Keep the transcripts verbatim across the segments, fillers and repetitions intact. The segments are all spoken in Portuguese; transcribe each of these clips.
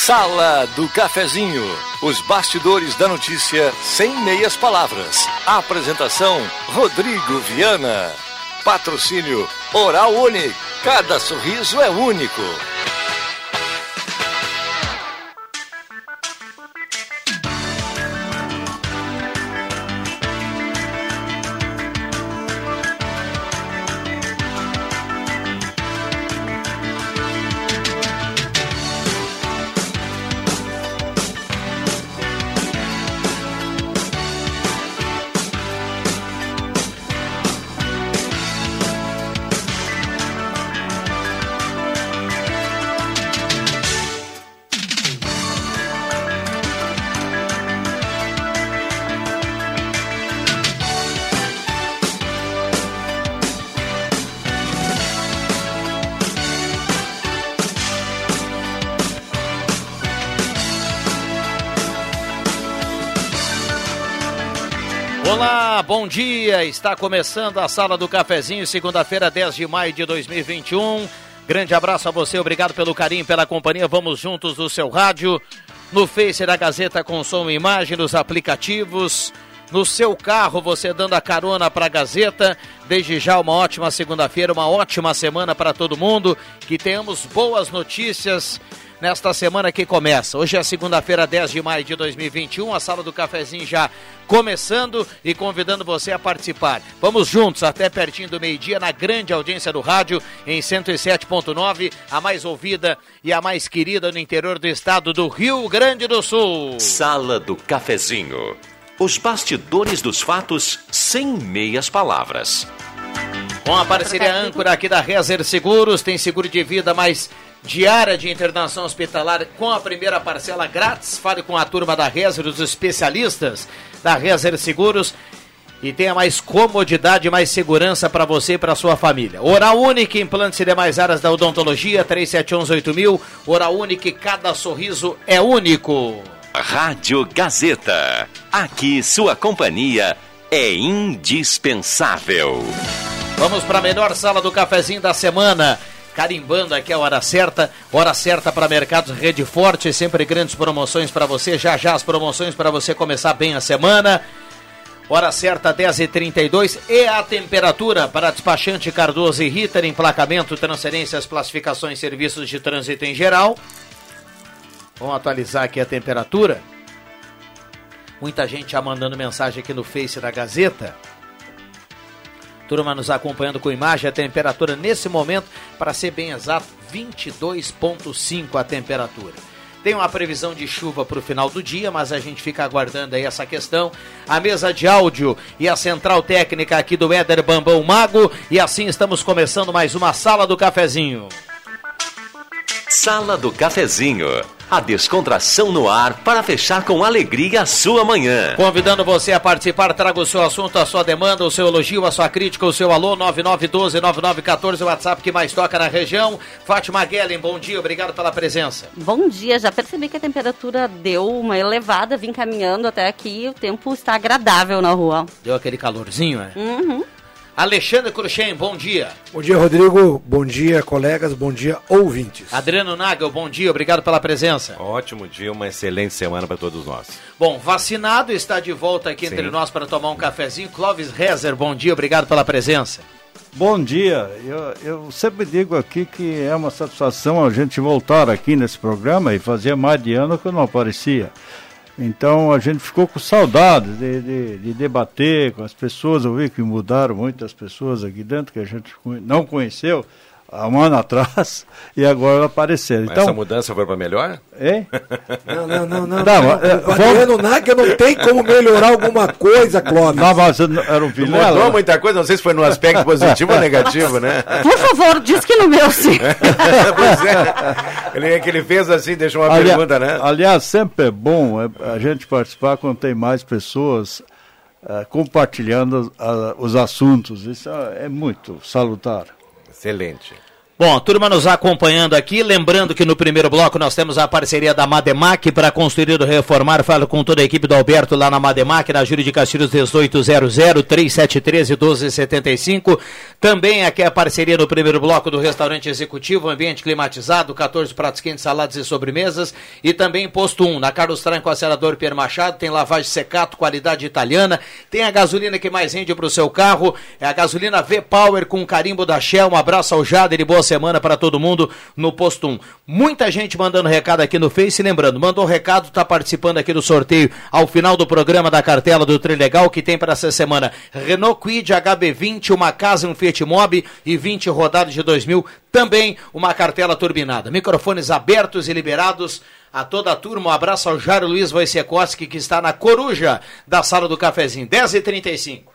Sala do Cafezinho. Os bastidores da notícia sem meias palavras. Apresentação: Rodrigo Viana. Patrocínio Oral Unique. Cada sorriso é único. Olá, bom dia, está começando a Sala do Cafezinho, segunda-feira, dez de maio de dois mil e vinte e um. Grande abraço a você, obrigado pelo carinho, pela companhia, vamos juntos no seu rádio, no Face da Gazeta com som e imagem, nos aplicativos, no seu carro, você dando a carona para a Gazeta. Desde já uma ótima segunda-feira, uma ótima semana para todo mundo, que tenhamos boas notícias nesta semana que começa. Hoje é segunda-feira, dez de maio de dois mil e vinte e um, a Sala do Cafezinho já começando e convidando você a participar. Vamos juntos até pertinho do meio-dia na grande audiência do rádio em cento e sete ponto nove, a mais ouvida e a mais querida no interior do estado do Rio Grande do Sul. Sala do Cafezinho. Os bastidores dos fatos sem meias palavras. Com a parceria âncora aqui da Rezer Seguros, tem seguro de vida mais diária de internação hospitalar com a primeira parcela grátis. Fale com a turma da Rezer, os especialistas da Rezer Seguros, e tenha mais comodidade e mais segurança para você e para sua família. Oral Unique, implantes e demais áreas da odontologia, três sete um oito mil. Oral Unique, cada sorriso é único. Rádio Gazeta. Aqui sua companhia é indispensável. Vamos para a melhor Sala do Cafezinho da semana. Carimbando aqui a hora certa, hora certa para Mercados Rede Forte, sempre grandes promoções para você, já já as promoções para você começar bem a semana. Hora certa, dez e trinta e dois, e a temperatura para despachante Cardoso e Ritter, emplacamento, transferências, classificações, serviços de trânsito em geral. Vamos atualizar aqui a temperatura. Muita gente já mandando mensagem aqui no Face da Gazeta. Turma nos acompanhando com imagem, a temperatura nesse momento, para ser bem exato, vinte e dois vírgula cinco a temperatura. Tem uma previsão de chuva para o final do dia, mas a gente fica aguardando aí essa questão. A mesa de áudio e a central técnica aqui do Éder Bambão Mago, e assim estamos começando mais uma Sala do Cafezinho. Sala do Cafezinho. A descontração no ar para fechar com alegria a sua manhã. Convidando você a participar, traga o seu assunto, a sua demanda, o seu elogio, a sua crítica, o seu alô, nove nove um dois, nove nove um quatro, o WhatsApp que mais toca na região. Fátima Guellen, bom dia, obrigado pela presença. Bom dia, já percebi que a temperatura deu uma elevada, vim caminhando até aqui, o tempo está agradável na rua. Deu aquele calorzinho, é? Uhum. Alexandre Cruxem, bom dia. Bom dia, Rodrigo. Bom dia, colegas. Bom dia, ouvintes. Adriano Nagel, bom dia. Obrigado pela presença. Ótimo dia, uma excelente semana para todos nós. Bom, vacinado está de volta aqui Sim. entre nós para tomar um cafezinho. Clóvis Rezer, bom dia. Obrigado pela presença. Bom dia. Eu, eu sempre digo aqui que é uma satisfação a gente voltar aqui nesse programa, e fazia mais de ano que eu não aparecia. Então a gente ficou com saudade de, de, de debater com as pessoas. Eu vi que mudaram muitas pessoas aqui dentro que a gente não conheceu há um ano atrás e agora apareceram. Mas então, essa mudança foi para melhor? Hein? Não, não, não, não. não, não. O Adriano Nagel não tem como melhorar alguma coisa, Clóvis. Não, mas era um Vilela. Mudou muita coisa, não sei se foi no aspecto positivo ou negativo, né? Por favor, diz que no meu sim. Pois é. Ele, que ele fez assim, deixou uma aliás, pergunta, né? Aliás, sempre é bom a gente participar quando tem mais pessoas uh, compartilhando uh, os assuntos. Isso é muito salutar. Excelente. Bom, turma nos acompanhando aqui, lembrando que no primeiro bloco nós temos a parceria da Mademac para construir ou reformar. Falo com toda a equipe do Alberto lá na Mademac, na Júlio de Castilhos dezoito zero zero, três sete um três, um dois sete cinco. Também aqui a parceria no primeiro bloco do restaurante executivo, ambiente climatizado, quatorze pratos quentes, saladas e sobremesas. E também posto um, na Carlos Tranco, acelerador Pierre Machado, tem lavagem secato, qualidade italiana. Tem a gasolina que mais rende para o seu carro, é a gasolina V-Power com carimbo da Shell. Um abraço ao Jader e boa semana para todo mundo no Posto um. Muita gente mandando recado aqui no Face, lembrando, mandou um recado, está participando aqui do sorteio ao final do programa da cartela do Trilegal, que tem para essa semana Renault Kwid H B vinte, uma casa, um Fiat Mobi e vinte rodadas de dois mil, também uma cartela turbinada. Microfones abertos e liberados a toda a turma. Um abraço ao Jairo Luiz Wojciechowski, que está na coruja da sala do cafezinho, dez e trinta e cinco.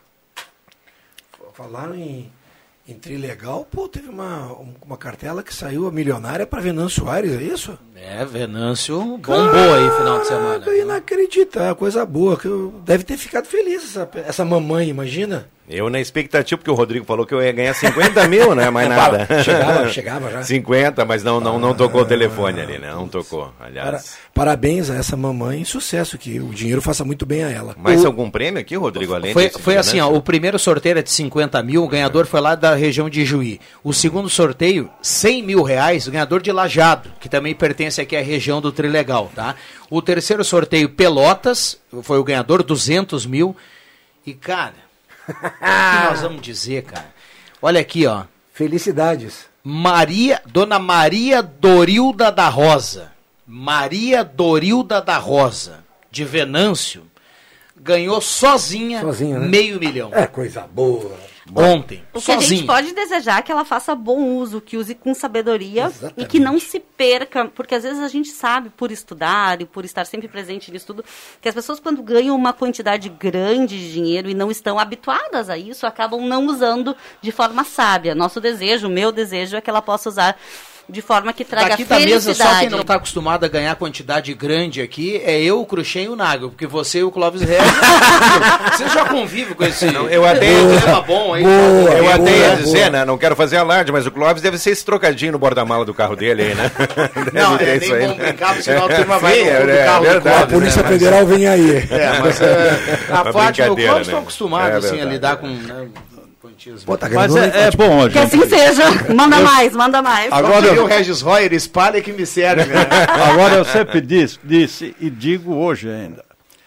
Falaram em Em Trilegal, pô, teve uma, uma cartela que saiu a milionária para Venâncio Aires, é isso? É, Venâncio bombou aí final de semana. Eu não acredito, é coisa boa, que eu, deve ter ficado feliz essa, essa mamãe, imagina. Eu na expectativa, porque o Rodrigo falou que eu ia ganhar cinquenta mil, né? Mais nada. Chegava, chegava já. cinquenta, mas não, não, não tocou o telefone ali, né? Não tocou, aliás. Para, parabéns a essa mamãe, sucesso, que o dinheiro faça muito bem a ela. Mais o... algum prêmio aqui, Rodrigo, além Foi, desse foi dia, assim, né? ó, o primeiro sorteio é de cinquenta mil, o ganhador foi lá da região de Juí. O segundo sorteio, cem mil reais, o ganhador de Lajado, que também pertence aqui à região do Trilegal, tá? O terceiro sorteio, Pelotas, foi o ganhador, duzentos mil. E, cara, o que nós vamos dizer, cara? Olha aqui, ó. Felicidades. Maria, Dona Maria Dorilda da Rosa. Maria Dorilda da Rosa, de Venâncio, ganhou sozinha, sozinha né? meio milhão. É coisa boa. Ontem, o que sozinha. A gente pode desejar é que ela faça bom uso, que use com sabedoria. Exatamente. E que não se perca, porque às vezes a gente sabe, por estudar e por estar sempre presente no estudo, que as pessoas quando ganham uma quantidade grande de dinheiro e não estão habituadas a isso, acabam não usando de forma sábia. Nosso desejo, o meu desejo é que ela possa usar de forma que traga Daqui felicidade. Daqui da mesa, só quem não está acostumado a ganhar quantidade grande aqui é eu, o Cruxem e o Nagel, porque você e o Clóvis Regis, você já convive com esse não, eu até problema bom aí. Boa, eu boa, até ia boa. dizer, né, não quero fazer alarde, mas o Clóvis deve ser esse trocadinho no borda-mala do carro dele aí, né? Não, é nem bom brincar, senão a turma vai no é, carro é, do Clóvis, a Polícia né, Federal mas, vem aí. É, mas é, a Fátima e o Clóvis estão né? acostumados é assim, a lidar com... Né, Pô, tá mas é, é bom, que assim seja. Manda eu, mais, manda mais. Agora eu, o Regis Royer espalha que me serve. Né? Agora eu sempre disse, disse e digo hoje ainda,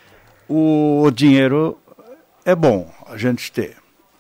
o dinheiro é bom a gente ter.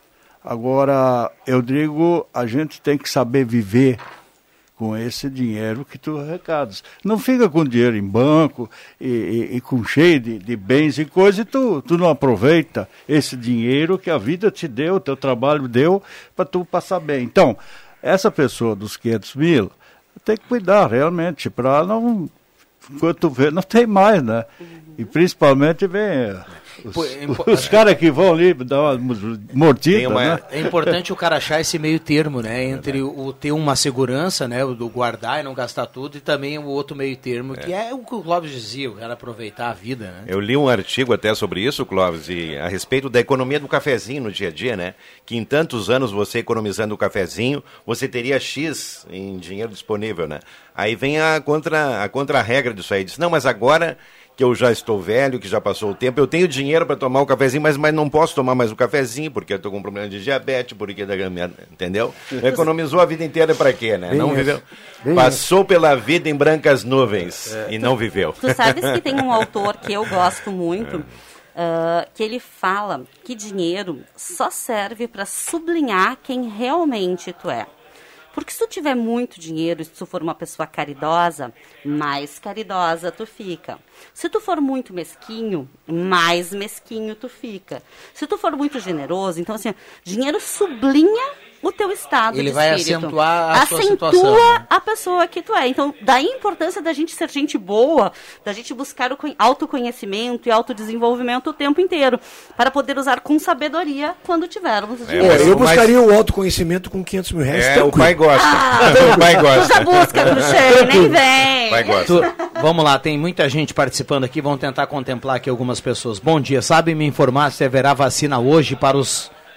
Agora eu digo, a gente tem que saber viver com esse dinheiro que tu arrecadas. Não fica com dinheiro em banco e, e, e com cheio de, de bens e coisas e tu, tu não aproveita esse dinheiro que a vida te deu, o teu trabalho deu para tu passar bem. Então, essa pessoa dos quinhentos mil tem que cuidar realmente para não, enquanto vê, não tem mais, né? E principalmente vem... Os, os caras que vão ali dar uma mordida, uma... né? É importante o cara achar esse meio termo, né? Entre o, o ter uma segurança, né? O do guardar e não gastar tudo, e também o outro meio termo, é. que é o que o Clóvis dizia, o cara aproveitar a vida, né? Eu li um artigo até sobre isso, Clóvis, e a respeito da economia do cafezinho no dia a dia, né? Que em tantos anos você economizando o cafezinho, você teria X em dinheiro disponível, né? Aí vem a contra, a contra-regra disso aí, diz, não, mas agora... que eu já estou velho, que já passou o tempo, eu tenho dinheiro para tomar o cafezinho, mas, mas não posso tomar mais o cafezinho, porque eu estou com um problema de diabetes, porque, entendeu? Economizou a vida inteira para quê, né? Bem não isso. viveu. Bem Passou isso. pela vida em brancas nuvens é. e não viveu. Tu sabes que tem um autor que eu gosto muito, é. uh, que ele fala que dinheiro só serve para sublinhar quem realmente tu é. Porque se tu tiver muito dinheiro, se tu for uma pessoa caridosa, mais caridosa tu fica. Se tu for muito mesquinho, mais mesquinho tu fica. Se tu for muito generoso, então assim, dinheiro sublinha o teu estado Ele de vai espírito. acentuar a Acentua sua situação, né? a pessoa que tu é. Então, daí a importância da gente ser gente boa, da gente buscar o autoconhecimento e autodesenvolvimento o tempo inteiro, para poder usar com sabedoria quando tivermos é, dinheiro. Eu buscaria o autoconhecimento com quinhentos mil reais. É, o pai gosta. Ah, o pai gosta. Tu já busca, Cruxem, nem vem. O pai gosta. Tu, vamos lá, tem muita gente participando aqui, vamos tentar contemplar aqui algumas pessoas. Bom dia, sabe me informar se haverá vacina hoje para os...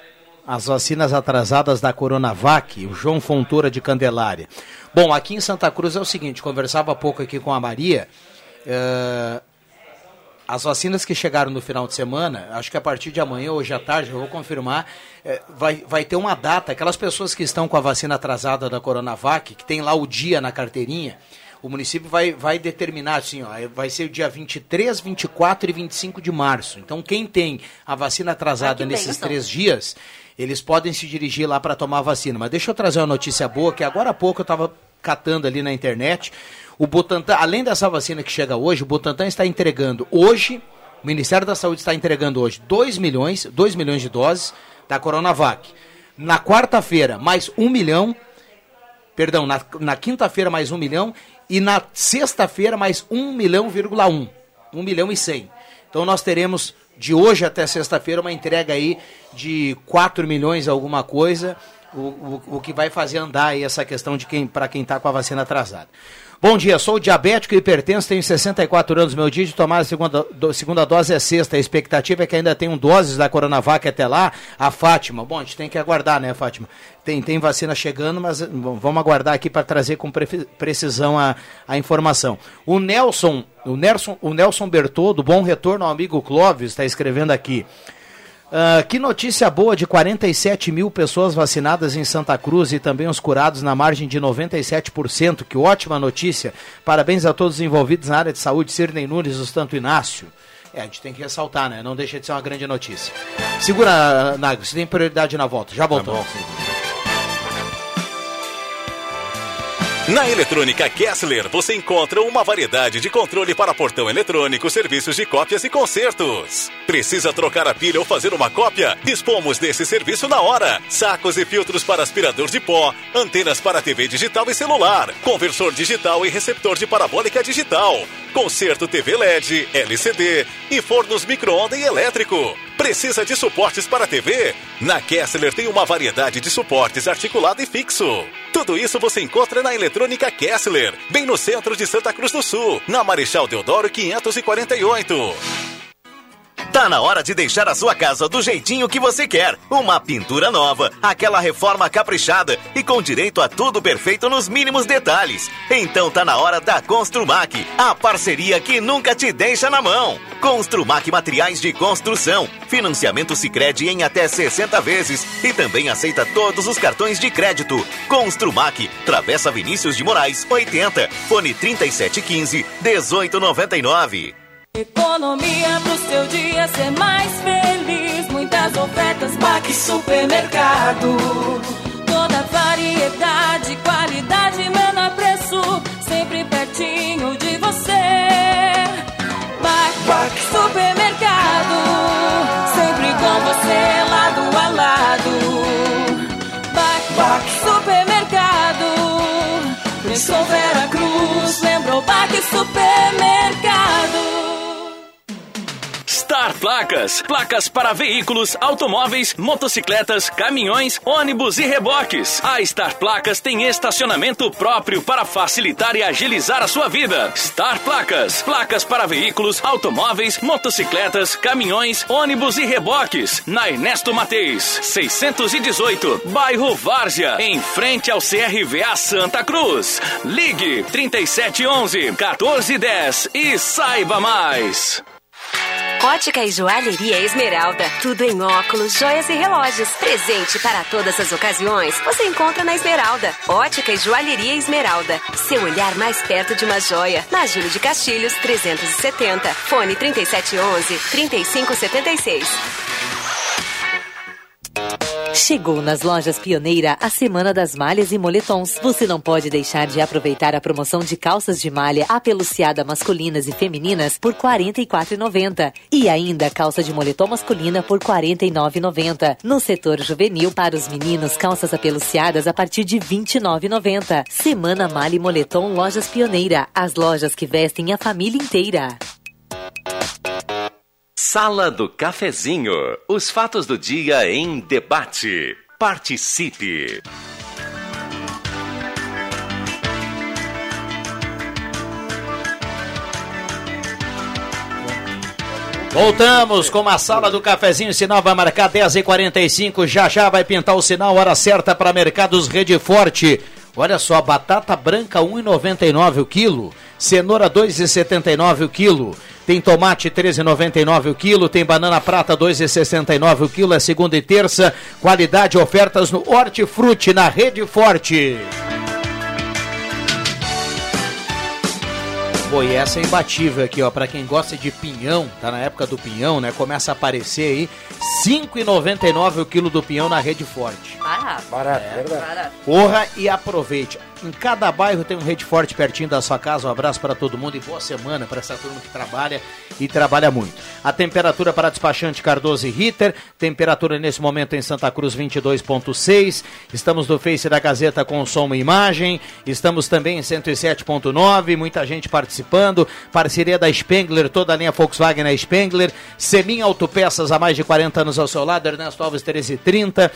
as vacinas atrasadas da Coronavac, o João Fontoura de Candelária. Bom, aqui em Santa Cruz é o seguinte, conversava há pouco aqui com a Maria, uh, as vacinas que chegaram no final de semana, acho que a partir de amanhã, hoje à tarde, eu vou confirmar, uh, vai, vai ter uma data, aquelas pessoas que estão com a vacina atrasada da Coronavac, que tem lá o dia na carteirinha, o município vai, vai determinar assim, ó, vai ser o dia vinte e três, vinte e quatro e vinte e cinco de março. Então, quem tem a vacina atrasada nesses bem, três então. dias, eles podem se dirigir lá para tomar a vacina. Mas deixa eu trazer uma notícia boa, que agora há pouco eu estava catando ali na internet. O Butantan, além dessa vacina que chega hoje, o Butantan está entregando hoje, o Ministério da Saúde está entregando hoje dois milhões, dois milhões de doses da Coronavac. Na quarta-feira, mais um milhão, perdão, na, na quinta-feira mais um milhão, e na sexta-feira mais um milhão, vírgula um. um milhão e cem. Então nós teremos de hoje até sexta-feira uma entrega aí de quatro milhões alguma coisa, o, o, o que vai fazer andar aí essa questão de quem, para quem está com a vacina atrasada. Bom dia, sou diabético e hipertenso, tenho sessenta e quatro anos, meu dia de tomar a segunda, do, segunda dose é sexta, a expectativa é que ainda tenham doses da Coronavac até lá, a Fátima, bom, a gente tem que aguardar, né, Fátima? Tem, tem vacina chegando, mas vamos aguardar aqui para trazer com pre- precisão a, a informação. O Nelson, o Nelson, o Nelson Bertoldo, bom retorno ao amigo Clóvis, está escrevendo aqui. Uh, que notícia boa de quarenta e sete mil pessoas vacinadas em Santa Cruz e também os curados na margem de noventa e sete por cento. Que ótima notícia. Parabéns a todos os envolvidos na área de saúde, Sirnei Nunes, o Santo Inácio. É, a gente tem que ressaltar, né? Não deixa de ser uma grande notícia. Segura, Nagro, você tem prioridade na volta. Já voltou. Tá bom. Na Eletrônica Kessler, você encontra uma variedade de controle para portão eletrônico, serviços de cópias e consertos. Precisa trocar a pilha ou fazer uma cópia? Dispomos desse serviço na hora. Sacos e filtros para aspirador de pó, antenas para T V digital e celular, conversor digital e receptor de parabólica digital, conserto T V L E D, L C D e fornos micro-ondas e elétrico. Precisa de suportes para T V? Na Kessler tem uma variedade de suportes articulado e fixo. Tudo isso você encontra na Eletrônica Kessler, bem no centro de Santa Cruz do Sul, na Marechal Deodoro quinhentos e quarenta e oito. Tá na hora de deixar a sua casa do jeitinho que você quer. Uma pintura nova, aquela reforma caprichada e com direito a tudo perfeito nos mínimos detalhes. Então tá na hora da Construmac, a parceria que nunca te deixa na mão. Construmac Materiais de Construção, financiamento Sicredi em até sessenta vezes e também aceita todos os cartões de crédito. Construmac, Travessa Vinícius de Moraes, oitenta, fone trinta e sete quinze, dezoito noventa e nove. Economia pro seu dia ser mais feliz. Muitas ofertas, Baque Supermercado. Toda variedade, qualidade, menor preço. Sempre pertinho de você. Baque, Baque Supermercado. Sempre com você, lado a lado. Baque, Baque Supermercado. Pensou Vera Cruz, lembrou Baque Supermercado. Star Placas, placas para veículos, automóveis, motocicletas, caminhões, ônibus e reboques. A Star Placas tem estacionamento próprio para facilitar e agilizar a sua vida. Star Placas, placas para veículos, automóveis, motocicletas, caminhões, ônibus e reboques. Na Ernesto Mateis, seiscentos e dezoito, bairro Várzea, em frente ao C R V A Santa Cruz. Ligue trinta e sete onze, quatorze dez e saiba mais. Ótica e Joalheria Esmeralda. Tudo em óculos, joias e relógios. Presente para todas as ocasiões. Você encontra na Esmeralda. Ótica e Joalheria Esmeralda. Seu olhar mais perto de uma joia. Na Júlio de Castilhos, trezentos e setenta. Fone trinta e sete onze, trinta e cinco setenta e seis. Chegou nas lojas Pioneira a Semana das Malhas e Moletons. Você não pode deixar de aproveitar a promoção de calças de malha apeluciada masculinas e femininas por quarenta e quatro reais e noventa centavos. E ainda calça de moletom masculina por quarenta e nove reais e noventa centavos. No setor juvenil, para os meninos, calças apeluciadas a partir de vinte e nove reais e noventa centavos. Semana Malha e Moletom Lojas Pioneira. As lojas que vestem a família inteira. Sala do Cafezinho. Os fatos do dia em debate. Participe. Voltamos com a sala do cafezinho, o sinal vai marcar dez e quarenta e cinco, já já vai pintar o sinal, hora certa para Mercados Rede Forte. Olha só, batata branca um real e noventa e nove centavos o quilo, cenoura dois reais e setenta e nove centavos o quilo, tem tomate treze reais e noventa e nove centavos o quilo, tem banana prata dois reais e sessenta e nove centavos o quilo, é segunda e terça, qualidade e ofertas no Hortifruti, na Rede Forte. Pô, e essa é imbatível aqui, ó, pra quem gosta de pinhão, tá na época do pinhão, né, começa a aparecer aí, cinco reais e noventa e nove centavos o quilo do pinhão na Rede Forte. Barato. Barato, É. verdade. Barato. Corra e aproveite. Em cada bairro tem um Rede Forte pertinho da sua casa. Um abraço para todo mundo e boa semana para essa turma que trabalha e trabalha muito. A temperatura para despachante Cardoso e Ritter. Temperatura nesse momento em Santa Cruz vinte e dois ponto seis. Estamos no Face da Gazeta com som e imagem. Estamos também em cento e sete ponto nove. Muita gente participando. Parceria da Spengler, toda a linha Volkswagen na Spengler. Semin Autopeças há mais de quarenta anos ao seu lado. Ernesto Alves treze trinta.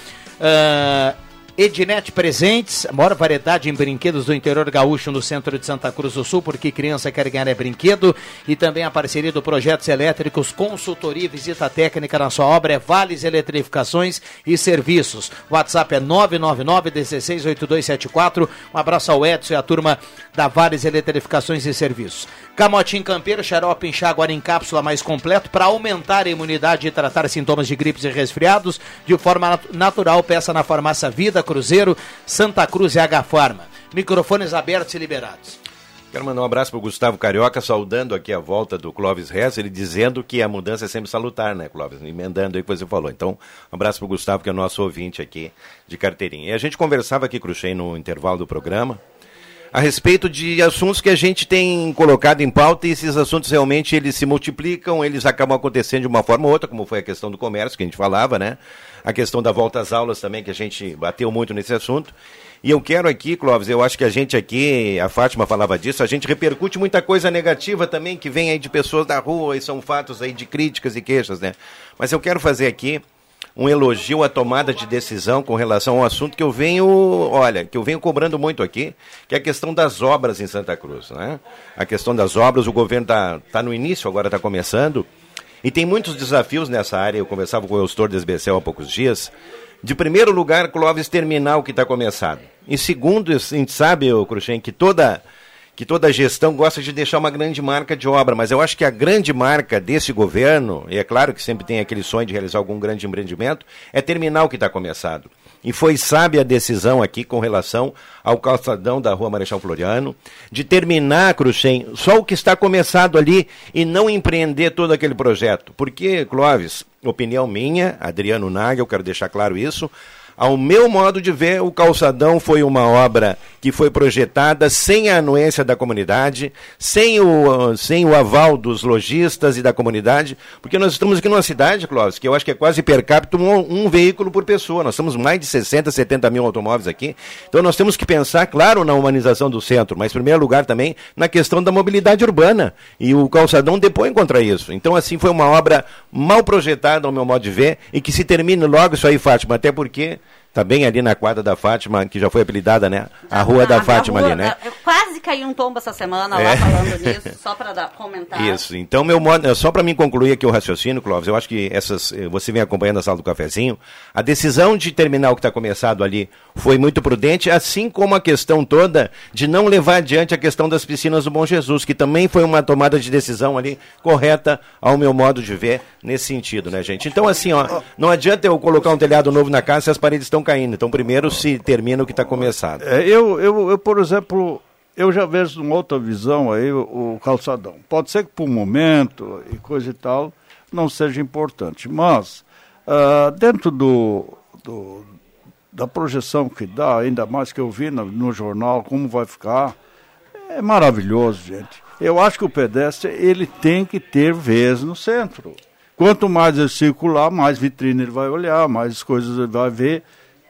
Uh, Ednet Presentes, a maior variedade em brinquedos do interior gaúcho no centro de Santa Cruz do Sul, porque criança quer ganhar é brinquedo. E também a parceria do Projetos Elétricos, consultoria e visita técnica na sua obra é Vales Eletrificações e Serviços. O WhatsApp é nove nove nove, um seis oito dois sete quatro. Um abraço ao Edson e à turma da Vales Eletrificações e Serviços. Camotim Campeiro, xarope enxágue em cápsula mais completo para aumentar a imunidade e tratar sintomas de gripes e resfriados de forma nat- natural. Peça na Farmácia Vida, Cruzeiro, Santa Cruz e H Farma. Microfones abertos e liberados. Quero mandar um abraço para o Gustavo Carioca, saudando aqui a volta do Clóvis Rez, ele dizendo que a mudança é sempre salutar, né, Clóvis? Emendando aí o que você falou. Então, um abraço para o Gustavo, que é o nosso ouvinte aqui de carteirinha. E a gente conversava aqui, Cruxem, no intervalo do programa, a respeito de assuntos que a gente tem colocado em pauta, e esses assuntos realmente eles se multiplicam, eles acabam acontecendo de uma forma ou outra, como foi a questão do comércio que a gente falava, né? A questão da volta às aulas também, que a gente bateu muito nesse assunto. E eu quero aqui, Clóvis, eu acho que a gente aqui, a Fátima falava disso, a gente repercute muita coisa negativa também, que vem aí de pessoas da rua, e são fatos aí de críticas e queixas, né? Mas eu quero fazer aqui um elogio à tomada de decisão com relação ao assunto que eu venho, olha, que eu venho cobrando muito aqui, que é a questão das obras em Santa Cruz, né? A questão das obras, o governo está tá no início, agora está começando, e tem muitos desafios nessa área. Eu conversava com o Eustor Desbecel há poucos dias. De primeiro lugar, Clóvis, terminar o que está começado. E segundo, a gente sabe, Cruxem, que toda... que toda gestão gosta de deixar uma grande marca de obra, mas eu acho que a grande marca desse governo, e é claro que sempre tem aquele sonho de realizar algum grande empreendimento, é terminar o que está começado. E foi sábia a decisão aqui com relação ao calçadão da Rua Marechal Floriano, de terminar, Cruxem, só o que está começado ali e não empreender todo aquele projeto. Porque, Clóvis, opinião minha, Adriano Nagel, eu quero deixar claro isso, ao meu modo de ver, o calçadão foi uma obra que foi projetada sem a anuência da comunidade, sem o, sem o aval dos lojistas e da comunidade, porque nós estamos aqui numa cidade, Clóvis, que eu acho que é quase per capita um, um veículo por pessoa. Nós temos mais de sessenta, setenta mil automóveis aqui, então nós temos que pensar, claro, na humanização do centro, mas em primeiro lugar também na questão da mobilidade urbana, e o calçadão depõe contra isso. Então, assim, foi uma obra mal projetada, ao meu modo de ver, e que se termine logo isso aí, Fátima, até porque tá bem ali na quadra da Fátima, que já foi apelidada, né? A Rua da Fátima rua, ali, né? Eu quase caí um tombo essa semana É. lá falando nisso, só para dar comentar. Isso, então meu modo, só para mim concluir aqui o raciocínio, Clóvis, eu acho que essas, você vem acompanhando a sala do cafezinho, a decisão de terminar o que está começado ali foi muito prudente, assim como a questão toda de não levar adiante a questão das piscinas do Bom Jesus, que também foi uma tomada de decisão ali correta, ao meu modo de ver, nesse sentido, né, gente? Então, assim, ó, não adianta eu colocar um telhado novo na casa se as paredes estão caindo, então primeiro se termina o que está começado. É, eu, eu, eu, por exemplo, eu já vejo uma outra visão aí, o, o calçadão. Pode ser que por momento e coisa e tal não seja importante, mas uh, dentro do, do, da projeção que dá, ainda mais que eu vi no, no jornal, como vai ficar, é maravilhoso, gente. Eu acho que o pedestre, ele tem que ter vez no centro. Quanto mais ele circular, mais vitrine ele vai olhar, mais coisas ele vai ver.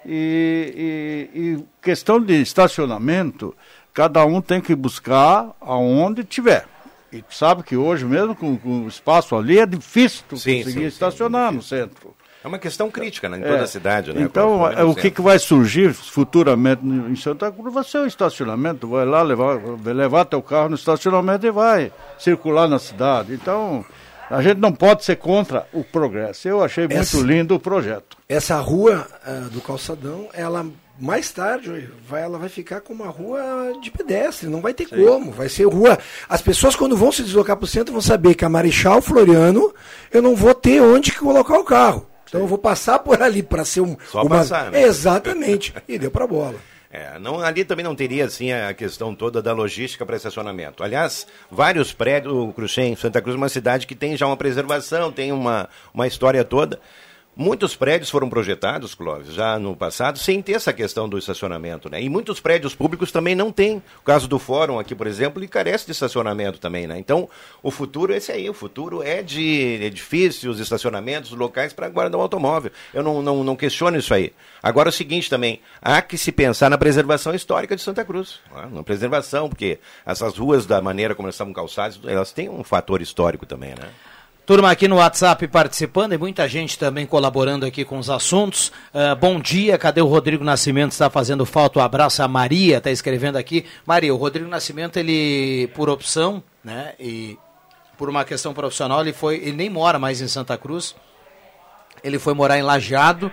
E, e, e questão de estacionamento, cada um tem que buscar aonde tiver. E tu sabe que hoje mesmo com, com o espaço ali é difícil tu Sim, conseguir sim, estacionar sim, no centro. É uma questão crítica, né, em É, toda a cidade, né? Então, é, o que, que vai surgir futuramente em Santa Cruz vai ser o estacionamento. Vai lá levar, vai levar teu carro no estacionamento e vai circular na cidade. Então, A gente não pode ser contra o progresso. Eu achei muito essa, lindo o projeto. Essa rua uh, do Calçadão, ela mais tarde vai, ela vai ficar como uma rua de pedestre, não vai ter Sim. como, vai ser rua. As pessoas quando vão se deslocar para o centro vão saber que a Marechal Floriano eu não vou ter onde colocar o carro. Então Sim. eu vou passar por ali para ser um... Só uma... passar, né? Exatamente. E deu para bola. É, não, ali também não teria assim a questão toda da logística para estacionamento. Aliás, vários prédios, o Cruxem, Santa Cruz é uma cidade que tem já uma preservação, tem uma, uma história toda. Muitos prédios foram projetados, Clóvis, já no passado, sem ter essa questão do estacionamento, né? E muitos prédios públicos também não têm. O caso do Fórum aqui, por exemplo, ele carece de estacionamento também, né? Então, o futuro é esse aí, o futuro é de edifícios, estacionamentos, locais para guardar um automóvel. Eu não, não, não questiono isso aí. Agora, é o seguinte também, há que se pensar na preservação histórica de Santa Cruz. Né? Na preservação, porque essas ruas, da maneira como elas estavam calçadas, elas têm um fator histórico também, né? Turma aqui no WhatsApp participando e muita gente também colaborando aqui com os assuntos. Uh, bom dia, cadê o Rodrigo Nascimento? Está fazendo falta, um abraço. A Maria está escrevendo aqui. Maria, o Rodrigo Nascimento, ele, por opção, né, e por uma questão profissional, ele, foi, ele nem mora mais em Santa Cruz. Ele foi morar em Lajeado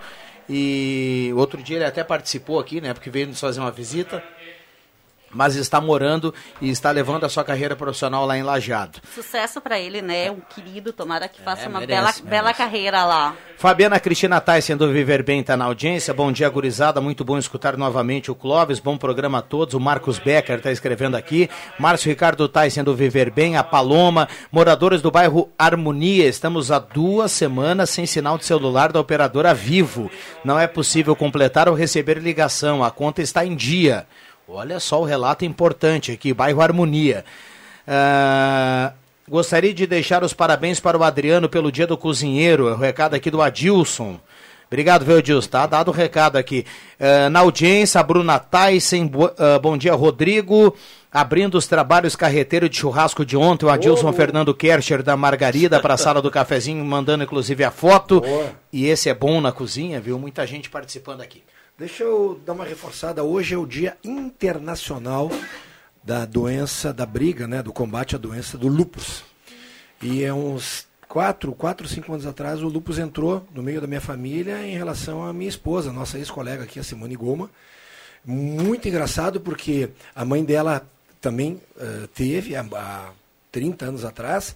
e outro dia ele até participou aqui, né, porque veio nos fazer uma visita. Mas está morando e está levando a sua carreira profissional lá em Lajeado. Sucesso para ele, né? Um querido, tomara que faça é, uma merece, bela, merece. bela carreira lá. Fabiana Cristina Tyson do Viver Bem está na audiência. Bom dia, gurizada. Muito bom escutar novamente o Clóvis. Bom programa a todos. O Marcos Becker está escrevendo aqui. Márcio Ricardo Tyson do Viver Bem. A Paloma. Moradores do bairro Harmonia. Estamos há duas semanas sem sinal de celular da operadora Vivo. Não é possível completar ou receber ligação. A conta está em dia. Olha só o relato importante aqui, bairro Harmonia. Uh, gostaria de deixar os parabéns para o Adriano pelo dia do cozinheiro. O recado aqui do Adilson. Obrigado, viu, Adilson? Tá dado o recado aqui. Uh, na audiência, a Bruna Tyson. Uh, bom dia, Rodrigo. Abrindo os trabalhos carreteiro de churrasco de ontem, o Adilson oh. Fernando Kercher da Margarida para a sala do cafezinho, mandando inclusive a foto. Oh. E esse é bom na cozinha, viu? Muita gente participando aqui. Deixa eu dar uma reforçada. Hoje é o Dia Internacional da doença, da briga, né, do combate à doença do lúpus. E é uns quatro, quatro, cinco anos atrás o lúpus entrou no meio da minha família em relação à minha esposa, nossa ex-colega aqui, a Simone Goma. Muito engraçado porque a mãe dela também uh, teve há, há trinta anos atrás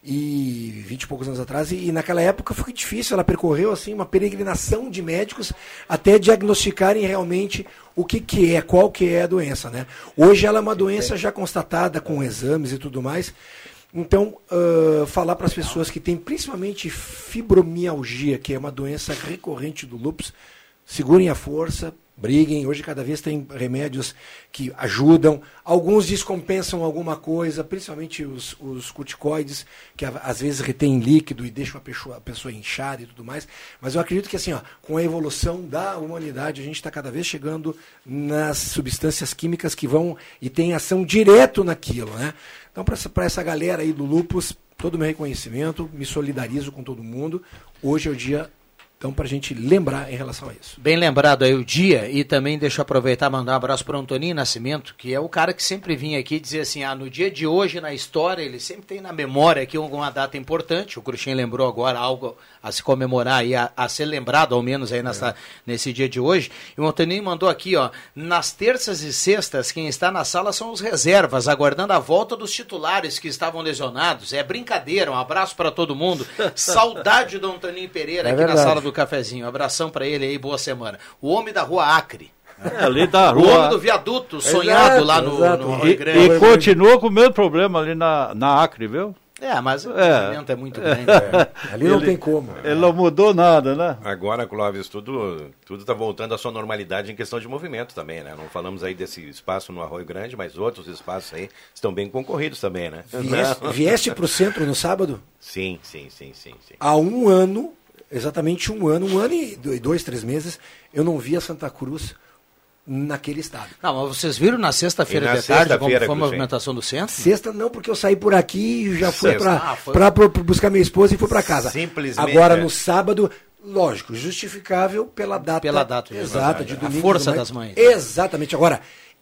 e vinte e poucos anos atrás, e, e naquela época foi difícil, ela percorreu assim uma peregrinação de médicos até diagnosticarem realmente o que, que é, qual que é a doença, né? Hoje ela é uma doença já constatada com exames e tudo mais. Então, uh, falar para as pessoas que têm principalmente fibromialgia, que é uma doença recorrente do lúpus, segurem a força, briguem. Hoje cada vez tem remédios que ajudam, alguns descompensam alguma coisa, principalmente os, os corticoides, que às vezes retêm líquido e deixam a pessoa, a pessoa inchada e tudo mais. Mas eu acredito que assim, ó, com a evolução da humanidade, a gente está cada vez chegando nas substâncias químicas que vão e têm ação direto naquilo, né? Então, para essa, essa galera aí do lúpus, todo o meu reconhecimento, me solidarizo com todo mundo. Hoje é o dia... Então, para a gente lembrar em relação a isso. Bem lembrado aí o dia, e também deixa eu aproveitar e mandar um abraço para o Antoninho Nascimento, que é o cara que sempre vinha aqui dizer assim, ah, no dia de hoje, na história, ele sempre tem na memória aqui alguma data importante. O Cruxem lembrou agora algo a se comemorar e a, a ser lembrado, ao menos aí nessa, é. nesse dia de hoje. E o Antoninho mandou aqui, ó, nas terças e sextas, quem está na sala são os reservas, aguardando a volta dos titulares que estavam lesionados. É brincadeira, um abraço para todo mundo. Saudade do Antoninho Pereira é aqui verdade. Na sala do cafezinho, um abração pra ele aí, boa semana. O homem da Rua Acre. É, ali da rua. O homem do viaduto sonhado exato, lá no, no Rio Grande. E, e continua com o mesmo problema ali na, na Acre, viu? É, mas o movimento é, é muito grande. É. Ali não ele, tem como. Ele não mudou nada, né? Agora, Clóvis, tudo tudo está voltando à sua normalidade em questão de movimento também, né? Não falamos aí desse espaço no Arroio Grande, mas outros espaços aí estão bem concorridos também, né? Vieste, vieste para o centro no sábado? Sim, sim, sim, sim, sim. Há um ano... Exatamente um ano, um ano e dois, três meses, eu não via Santa Cruz naquele estado. Não, mas vocês viram na sexta-feira de tarde como foi a movimentação do centro? Sexta não, porque eu saí por aqui e já fui para ah, foi... buscar minha esposa e fui para casa. Simplesmente. Agora, no sábado, lógico, justificável pela data, pela data exata de domingo. A força das mães. Exatamente. Agora,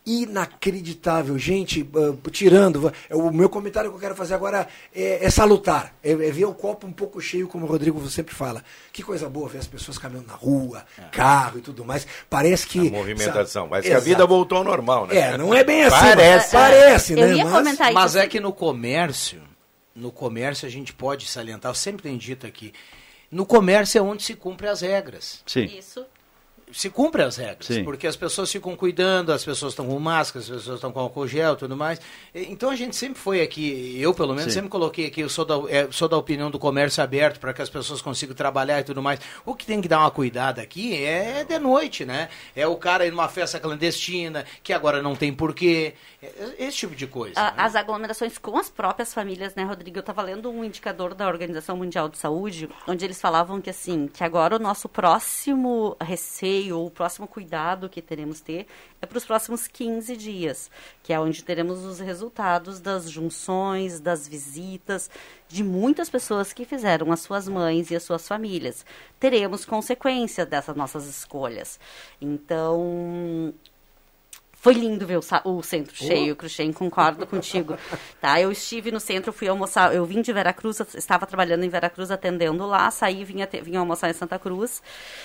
inacreditável, gente, uh, tirando, o meu comentário que eu quero fazer agora é, é salutar, é, é ver o copo um pouco cheio, como o Rodrigo sempre fala. Que coisa boa ver as pessoas caminhando na rua, é. carro e tudo mais. Parece que... A movimentação, parece sabe, que a vida voltou ao normal, né? É, não é bem assim, parece, parece, eu né? Ia mas comentar isso mas é assim. que no comércio, no comércio a gente pode salientar, eu sempre tenho dito aqui, no comércio é onde se cumpre as regras. Sim. Isso. Se cumpre as regras, Sim. porque as pessoas ficam cuidando, as pessoas estão com máscara, as pessoas estão com álcool gel e tudo mais. Então a gente sempre foi aqui, eu pelo menos Sim. sempre coloquei aqui, eu sou da, é, sou da opinião do comércio aberto para que as pessoas consigam trabalhar e tudo mais. O que tem que dar uma cuidada aqui é de noite, né? É o cara ir numa festa clandestina, que agora não tem porquê, esse tipo de coisa. A, né? As aglomerações com as próprias famílias, né, Rodrigo? Eu estava lendo um indicador da Organização Mundial de Saúde, onde eles falavam que, assim, que agora o nosso próximo receio, ou o próximo cuidado que teremos ter é para os próximos quinze dias, que é onde teremos os resultados das junções, das visitas, de muitas pessoas que fizeram as suas mães e as suas famílias. Teremos consequência dessas nossas escolhas. Então... Foi lindo ver o, o centro cheio, Cruxem, concordo contigo. Tá, eu estive no centro, fui almoçar, eu vim de Veracruz, estava trabalhando em Veracruz, atendendo lá, saí, vim, vim almoçar em Santa Cruz.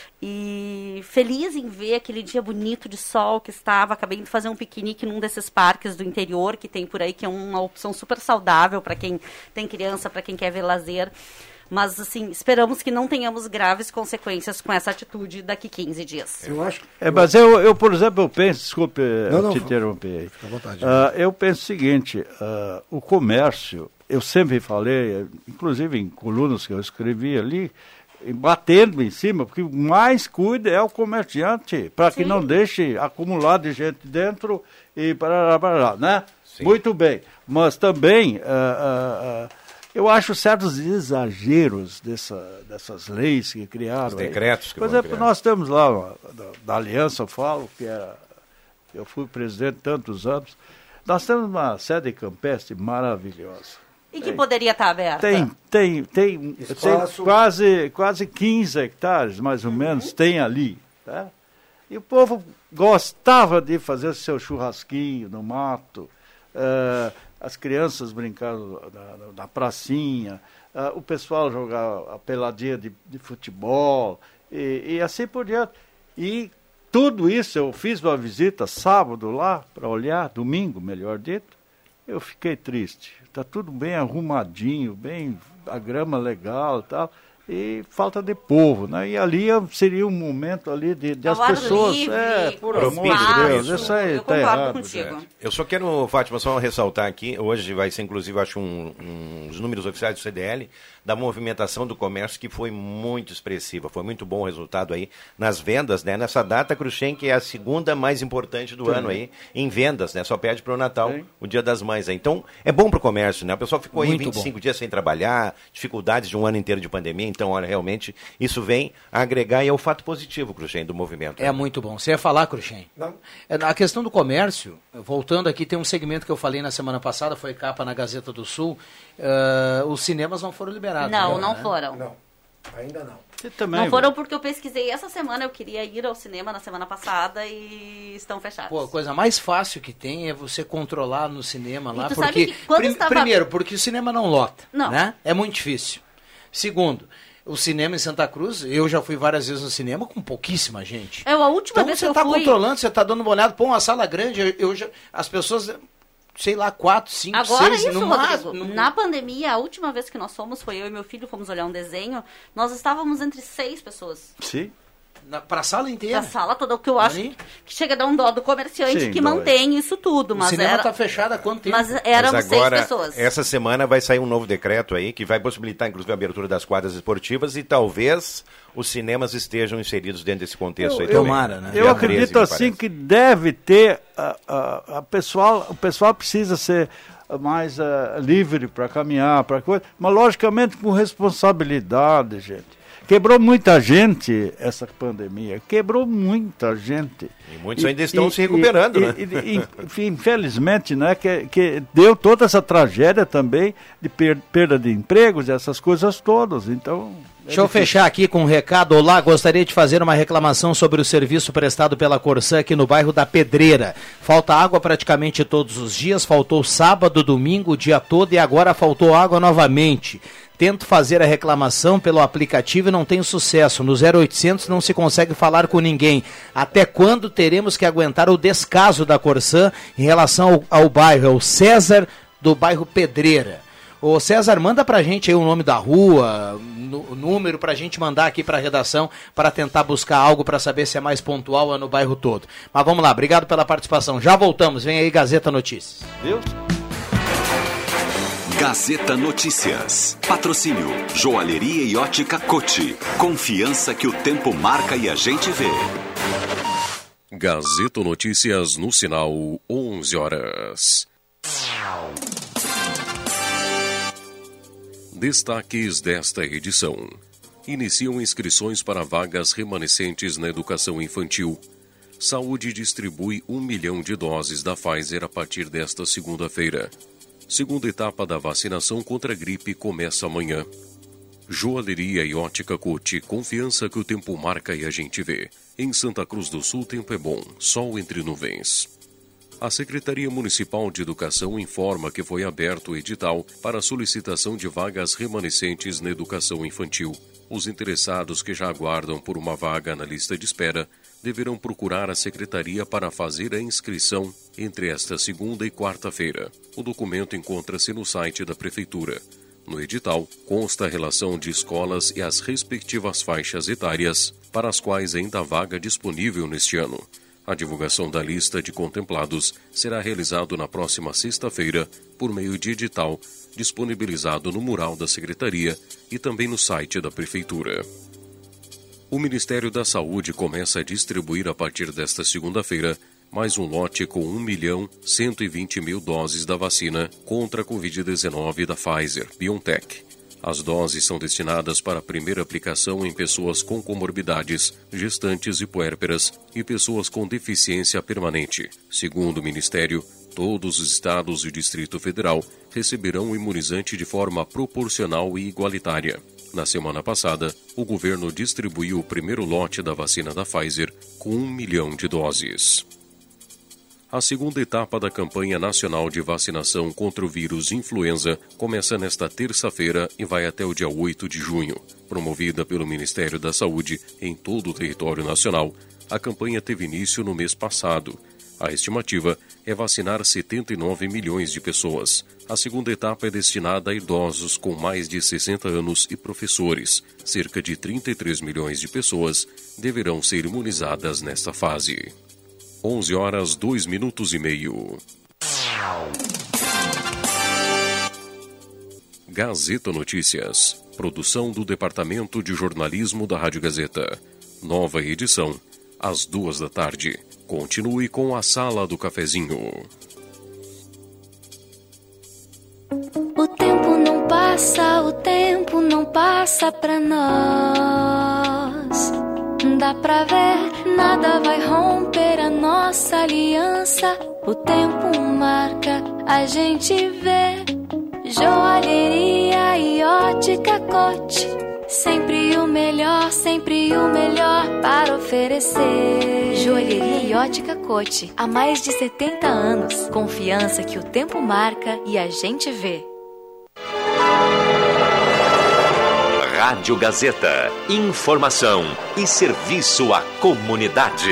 E feliz em ver aquele dia bonito de sol que estava, acabei de fazer um piquenique num desses parques do interior que tem por aí, que é uma opção super saudável para quem tem criança, para quem quer ver lazer. Mas, assim, esperamos que não tenhamos graves consequências com essa atitude daqui quinze dias. Eu acho... É, mas eu, eu, por exemplo, eu penso, desculpe não, não, te interromper aí. Fica à vontade. Uh, eu penso o seguinte, uh, o comércio, eu sempre falei, inclusive em colunas que eu escrevi ali, batendo em cima, porque o mais cuida é o comerciante, para que não deixe acumular de gente dentro e para lá, né? Sim. Muito bem. Mas também... Uh, uh, uh, eu acho certos exageros dessa, dessas leis que criaram. Os decretos que Por exemplo, nós temos lá, da, da Aliança, eu falo, que era, eu fui presidente tantos anos, nós temos uma sede campestre maravilhosa. E que tem, poderia estar aberta? Tem, tem, tem, tem quase, quase quinze hectares, mais ou menos, tem ali. Tá? E o povo gostava de fazer seu churrasquinho no mato, uh, as crianças brincavam na, na pracinha, uh, o pessoal jogava a peladinha de, de futebol e, e assim por diante. E tudo isso, eu fiz uma visita sábado lá para olhar, domingo, melhor dito, eu fiquei triste. Está tudo bem arrumadinho, bem, a grama legal e tal. E falta de povo, né? E ali seria um momento ali de, de as pessoas... Livre, é, por amor de Deus, isso aí está errado. Contigo. Eu só quero, Fátima, só ressaltar aqui, hoje vai ser inclusive, acho, um, um, os números oficiais do C D L, da movimentação do comércio, que foi muito expressiva, foi muito bom o resultado aí nas vendas, né? Nessa data, Cruxem, que é a segunda mais importante do Sim. ano aí, em vendas, né? Só perde para o Natal, Sim. o Dia das Mães. Né? Então, é bom para o comércio, né? O pessoal ficou aí muito vinte e cinco bom. dias sem trabalhar, dificuldades de um ano inteiro de pandemia, então, olha, realmente, isso vem a agregar e é o fato positivo, Cruxem, do movimento. É né? muito bom. Você ia falar, Cruxem? Não. A questão do comércio, voltando aqui, tem um segmento que eu falei na semana passada, foi capa na Gazeta do Sul, uh, os cinemas não foram liberados. Não, né? não foram. Não, ainda não. Você também, não foram porque eu pesquisei essa semana, eu queria ir ao cinema na semana passada e estão fechados. Pô, a coisa mais fácil que tem é você controlar no cinema lá, e tu porque... Sabe que quando prim, estava... Primeiro, porque o cinema não lota, não. né? É muito difícil. Segundo, o cinema em Santa Cruz, eu já fui várias vezes no cinema com pouquíssima gente. É, a última então, vez você que está eu fui... controlando, você está dando uma olhada, pô, uma sala grande, eu, eu já, as pessoas, sei lá, quatro, cinco, Agora seis... isso, no Rodrigo, no... na pandemia, a última vez que nós fomos, foi eu e meu filho, fomos olhar um desenho, nós estávamos entre seis pessoas. Sim. Para a sala inteira? Para a sala toda, o que eu acho que, que chega a dar um dó do comerciante Sim, que dói. mantém isso tudo. Mas o cinema era... está fechado há quanto tempo? Mas éramos mas agora, seis pessoas. Essa semana vai sair um novo decreto aí que vai possibilitar, inclusive, a abertura das quadras esportivas e talvez os cinemas estejam inseridos dentro desse contexto eu, aí eu, também. Tomara, né? Eu acredito assim que deve ter, a, a, a pessoal, o pessoal precisa ser mais uh, livre para caminhar, para coisa, mas logicamente com responsabilidade, gente. Quebrou muita gente essa pandemia, quebrou muita gente. E muitos ainda estão e, se recuperando, e, né? E, e, infelizmente, né, que, que deu toda essa tragédia também de per, perda de empregos e essas coisas todas. Então, Deixa eu fechar aqui com um recado. Olá, gostaria de fazer uma reclamação sobre o serviço prestado pela Corsã aqui no bairro da Pedreira. Falta água praticamente todos os dias, faltou sábado, domingo, o dia todo e agora faltou água novamente. Tento fazer a reclamação pelo aplicativo e não tenho sucesso. No zero oitocentos não se consegue falar com ninguém. Até quando teremos que aguentar o descaso da Corsã em relação ao, ao bairro? É o César do bairro Pedreira. Ô César, manda pra gente aí o nome da rua, o número pra gente mandar aqui pra redação para tentar buscar algo para saber se é mais pontual ou é no bairro todo. Mas vamos lá, obrigado pela participação. Já voltamos, vem aí Gazeta Notícias. Viu? Gazeta Notícias. Patrocínio Joalheria e Ótica Cote. Confiança que o tempo marca e a gente vê. Gazeta Notícias no sinal onze horas. Destaques desta edição. Iniciam inscrições para vagas remanescentes na educação infantil. Saúde distribui um milhão de doses da Pfizer a partir desta segunda-feira. Segunda etapa da vacinação contra a gripe começa amanhã. Joalheria e Ótica Cote, confiança que o tempo marca e a gente vê. Em Santa Cruz do Sul, tempo é bom, sol entre nuvens. A Secretaria Municipal de Educação informa que foi aberto o edital para a solicitação de vagas remanescentes na educação infantil. Os interessados que já aguardam por uma vaga na lista de espera deverão procurar a Secretaria para fazer a inscrição entre esta segunda e quarta-feira. O documento encontra-se no site da Prefeitura. No edital, consta a relação de escolas e as respectivas faixas etárias para as quais ainda há vaga disponível neste ano. A divulgação da lista de contemplados será realizada na próxima sexta-feira por meio de edital disponibilizado no mural da Secretaria e também no site da Prefeitura. O Ministério da Saúde começa a distribuir a partir desta segunda-feira mais um lote com um milhão cento e vinte mil doses da vacina contra a covid dezenove da Pfizer-BioNTech. As doses são destinadas para a primeira aplicação em pessoas com comorbidades, gestantes e puérperas e pessoas com deficiência permanente. Segundo o Ministério, todos os estados e o Distrito Federal receberão o imunizante de forma proporcional e igualitária. Na semana passada, o governo distribuiu o primeiro lote da vacina da Pfizer com um milhão de doses. A segunda etapa da campanha nacional de vacinação contra o vírus influenza começa nesta terça-feira e vai até o dia oito de junho. Promovida pelo Ministério da Saúde em todo o território nacional, a campanha teve início no mês passado. A estimativa é vacinar setenta e nove milhões de pessoas. A segunda etapa é destinada a idosos com mais de sessenta anos e professores. Cerca de trinta e três milhões de pessoas deverão ser imunizadas nesta fase. onze horas, dois minutos e meio. Gazeta Notícias. Produção do Departamento de Jornalismo da Rádio Gazeta. Nova edição, às duas da tarde. Continue com a Sala do Cafezinho. O tempo não passa, o tempo não passa pra nós. Dá pra ver, nada vai romper a nossa aliança. O tempo marca, a gente vê. Joalheria e Ótica Cote. Sempre o melhor, sempre o melhor para oferecer. Joalheria e Ótica Cote. Há mais de setenta anos. Confiança que o tempo marca e a gente vê. Rádio Gazeta. Informação e serviço à comunidade.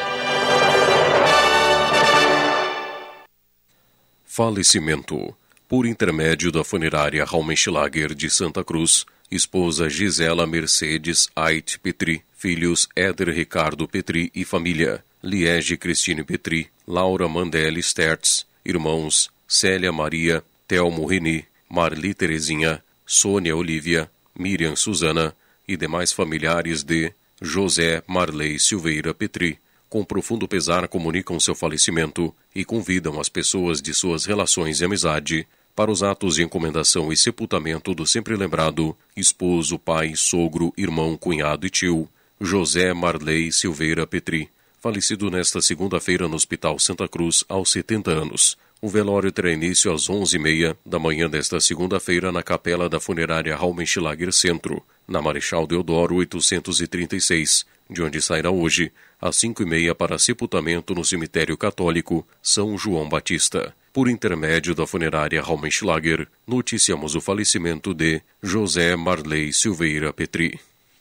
Falecimento. Por intermédio da funerária Raumenschlager de Santa Cruz, esposa Gisela Mercedes Ait Petri, filhos Éder Ricardo Petri e família, Liege Cristine Petri, Laura Mandelli Stertz, irmãos Célia Maria, Telmo Reni, Marli Terezinha, Sônia Olívia, Miriam Suzana e demais familiares de José Marley Silveira Petri, com profundo pesar comunicam seu falecimento e convidam as pessoas de suas relações e amizade para os atos de encomendação e sepultamento do sempre lembrado esposo, pai, sogro, irmão, cunhado e tio, José Marley Silveira Petri, falecido nesta segunda-feira no Hospital Santa Cruz aos setenta anos. O velório terá início às onze e meia da manhã desta segunda-feira na capela da funerária Raumenschlager Centro, na Marechal Deodoro oitocentos e trinta e seis, de onde sairá hoje, às cinco e meia, para sepultamento no cemitério católico São João Batista. Por intermédio da funerária Raumenschlager, noticiamos o falecimento de José Marley Silveira Petri.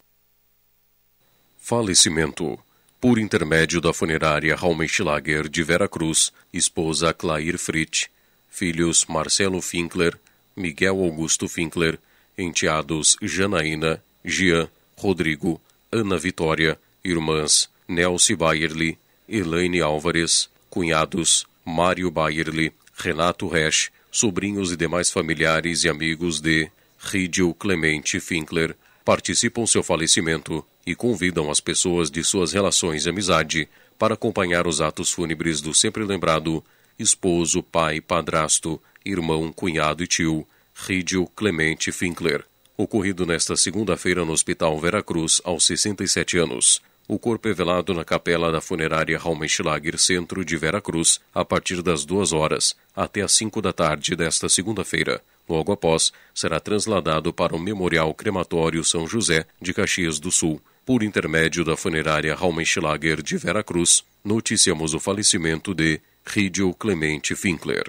Falecimento. Por intermédio da funerária Raumenschlager de Veracruz, esposa Clair Fritz, filhos Marcelo Finkler, Miguel Augusto Finkler, enteados Janaína, Jean, Rodrigo, Ana Vitória, irmãs Nelce Bayerli, Elaine Álvares, cunhados Mário Bayerli, Renato Resch, sobrinhos e demais familiares e amigos de Rídio Clemente Finkler, participam seu falecimento e convidam as pessoas de suas relações de amizade para acompanhar os atos fúnebres do sempre lembrado esposo, pai, padrasto, irmão, cunhado e tio, Rídio Clemente Finkler. Ocorrido nesta segunda-feira no Hospital Veracruz, aos sessenta e sete anos. O corpo é velado na capela da funerária Raumenschlager Centro de Veracruz a partir das duas horas até às cinco da tarde desta segunda-feira. Logo após, será trasladado para o Memorial Crematório São José de Caxias do Sul. Por intermédio da funerária Raumenschlager de Veracruz, noticiamos o falecimento de Rídio Clemente Finkler.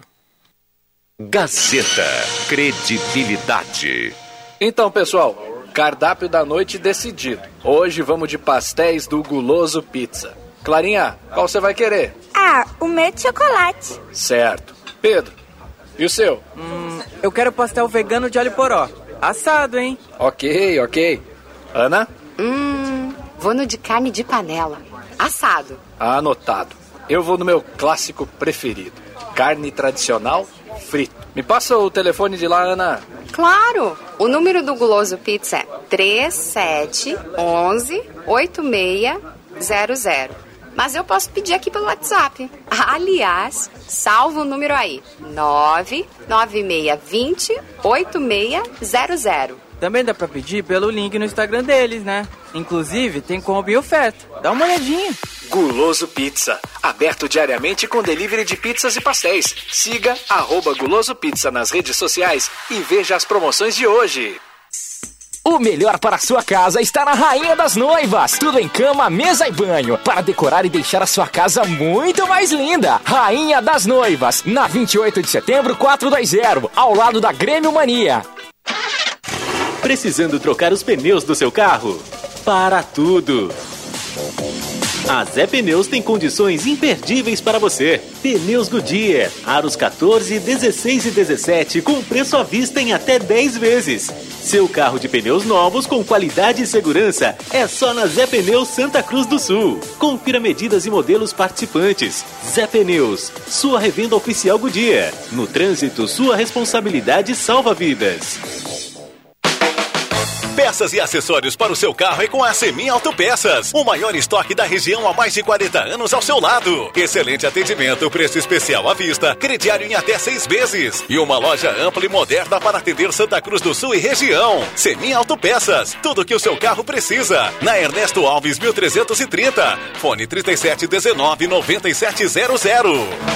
Gazeta. Credibilidade. Então, pessoal, cardápio da noite decidido. Hoje vamos de pastéis do Guloso Pizza. Clarinha, qual você vai querer? Ah, o meu de chocolate. Certo. Pedro, e o seu? Hum, eu quero pastel vegano de alho poró. Assado, hein? Ok, ok. Ana? Hum, vou no de carne de panela. Assado. Anotado. Eu vou no meu clássico preferido. Carne tradicional, frito. Me passa o telefone de lá, Ana. Claro! O número do Guloso Pizza é três sete um um oito seis zero zero. Mas eu posso pedir aqui pelo WhatsApp. Aliás, salva o número aí. nove nove seis dois zero oito seis zero zero. Também dá pra pedir pelo link no Instagram deles, né? Inclusive, tem combo e oferta. Dá uma olhadinha. Guloso Pizza. Aberto diariamente com delivery de pizzas e pastéis. Siga arroba Guloso Pizza nas redes sociais e veja as promoções de hoje. O melhor para a sua casa está na Rainha das Noivas. Tudo em cama, mesa e banho. Para decorar e deixar a sua casa muito mais linda. Rainha das Noivas. Na vinte e oito de setembro, quatrocentos e vinte, ao lado da Grêmio Mania. Precisando trocar os pneus do seu carro? Para tudo! A Zé Pneus tem condições imperdíveis para você. Pneus Goodyear, aros quatorze, dezesseis e dezessete com preço à vista em até dez vezes. Seu carro de pneus novos com qualidade e segurança é só na Zé Pneus Santa Cruz do Sul. Confira medidas e modelos participantes. Zé Pneus, sua revenda oficial Goodyear. No trânsito, sua responsabilidade salva vidas. Peças e acessórios para o seu carro é com a Semin Autopeças. O maior estoque da região há mais de quarenta anos ao seu lado. Excelente atendimento, preço especial à vista, crediário em até seis vezes. E uma loja ampla e moderna para atender Santa Cruz do Sul e região. Semin Autopeças, tudo que o seu carro precisa. Na Ernesto Alves, mil trezentos e trinta. Fone trinta e sete, dezenove, noventa e sete zero zero.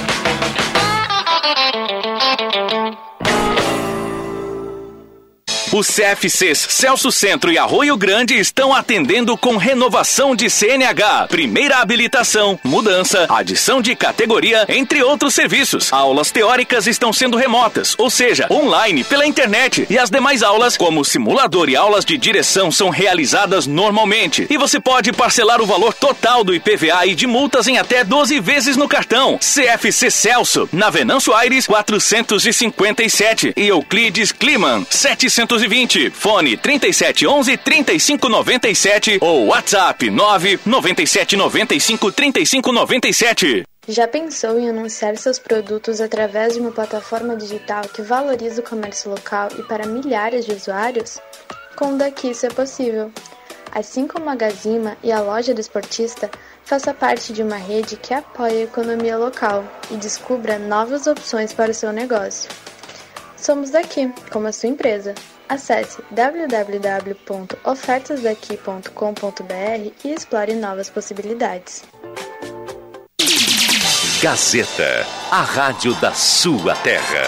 Os C F Cs Celso Centro e Arroio Grande estão atendendo com renovação de C N H, primeira habilitação, mudança, adição de categoria, entre outros serviços. Aulas teóricas estão sendo remotas, ou seja, online, pela internet. E as demais aulas, como simulador e aulas de direção, são realizadas normalmente. E você pode parcelar o valor total do I P V A e de multas em até doze vezes no cartão. C F C Celso, na Venâncio Aires, quatrocentos e cinquenta e sete. E Euclides Kliman, setecentos e vinte. Fone trinta e sete onze, trinta e cinco noventa e sete ou WhatsApp nove nove sete nove cinco, três cinco nove sete. Já pensou em anunciar seus produtos através de uma plataforma digital que valoriza o comércio local e para milhares de usuários? Com o Daqui isso é possível. Assim como a Gazima e a Loja do Esportista, faça parte de uma rede que apoia a economia local e descubra novas opções para o seu negócio. Somos daqui, como a sua empresa. Acesse w w w ponto ofertas daqui ponto com ponto b r e explore novas possibilidades. Gazeta, a rádio da sua terra.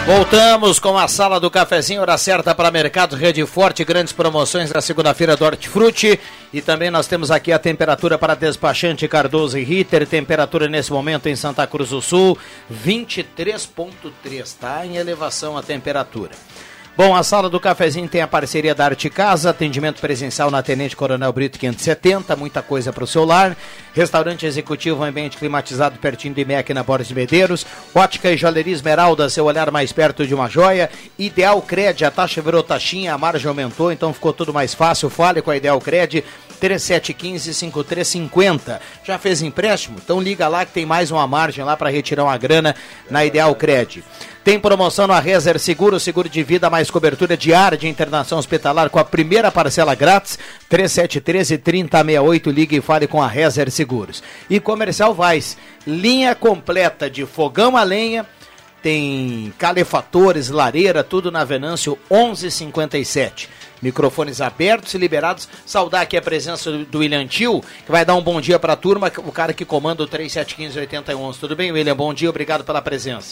Voltamos com a sala do cafezinho, hora certa para Mercado Rede Forte, grandes promoções na segunda-feira do Hortifruti. E também nós temos aqui a temperatura para despachante Cardoso e Ritter, temperatura nesse momento em Santa Cruz do Sul, vinte e três ponto três, tá? Em elevação a temperatura. Bom, a sala do cafezinho tem a parceria da Arte Casa, atendimento presencial na Tenente Coronel Brito quinhentos e setenta, muita coisa para o seu lar. Restaurante executivo, ambiente climatizado pertinho do I M E C na Borges de Medeiros. Ótica e Joalheria Esmeralda, seu olhar mais perto de uma joia. Ideal Cred, a taxa virou taxinha, a margem aumentou, então ficou tudo mais fácil. Fale com a Ideal Cred, três sete um cinco, cinco três cinco zero. Já fez empréstimo? Então liga lá que tem mais uma margem lá para retirar uma grana na Ideal Cred. Tem promoção na Rezer Seguro, seguro de vida, mais cobertura diária de internação hospitalar com a primeira parcela grátis, três sete um três, três zero seis oito, ligue e fale com a Rezer Seguros. E Comercial Vaz, linha completa de fogão a lenha, tem calefatores, lareira, tudo na Venâncio onze cinquenta e sete. Microfones abertos e liberados. Saudar aqui a presença do William Tio, que vai dar um bom dia para a turma, o cara que comanda o três sete um cinco, oito zero um um. Tudo bem, William? Bom dia, obrigado pela presença.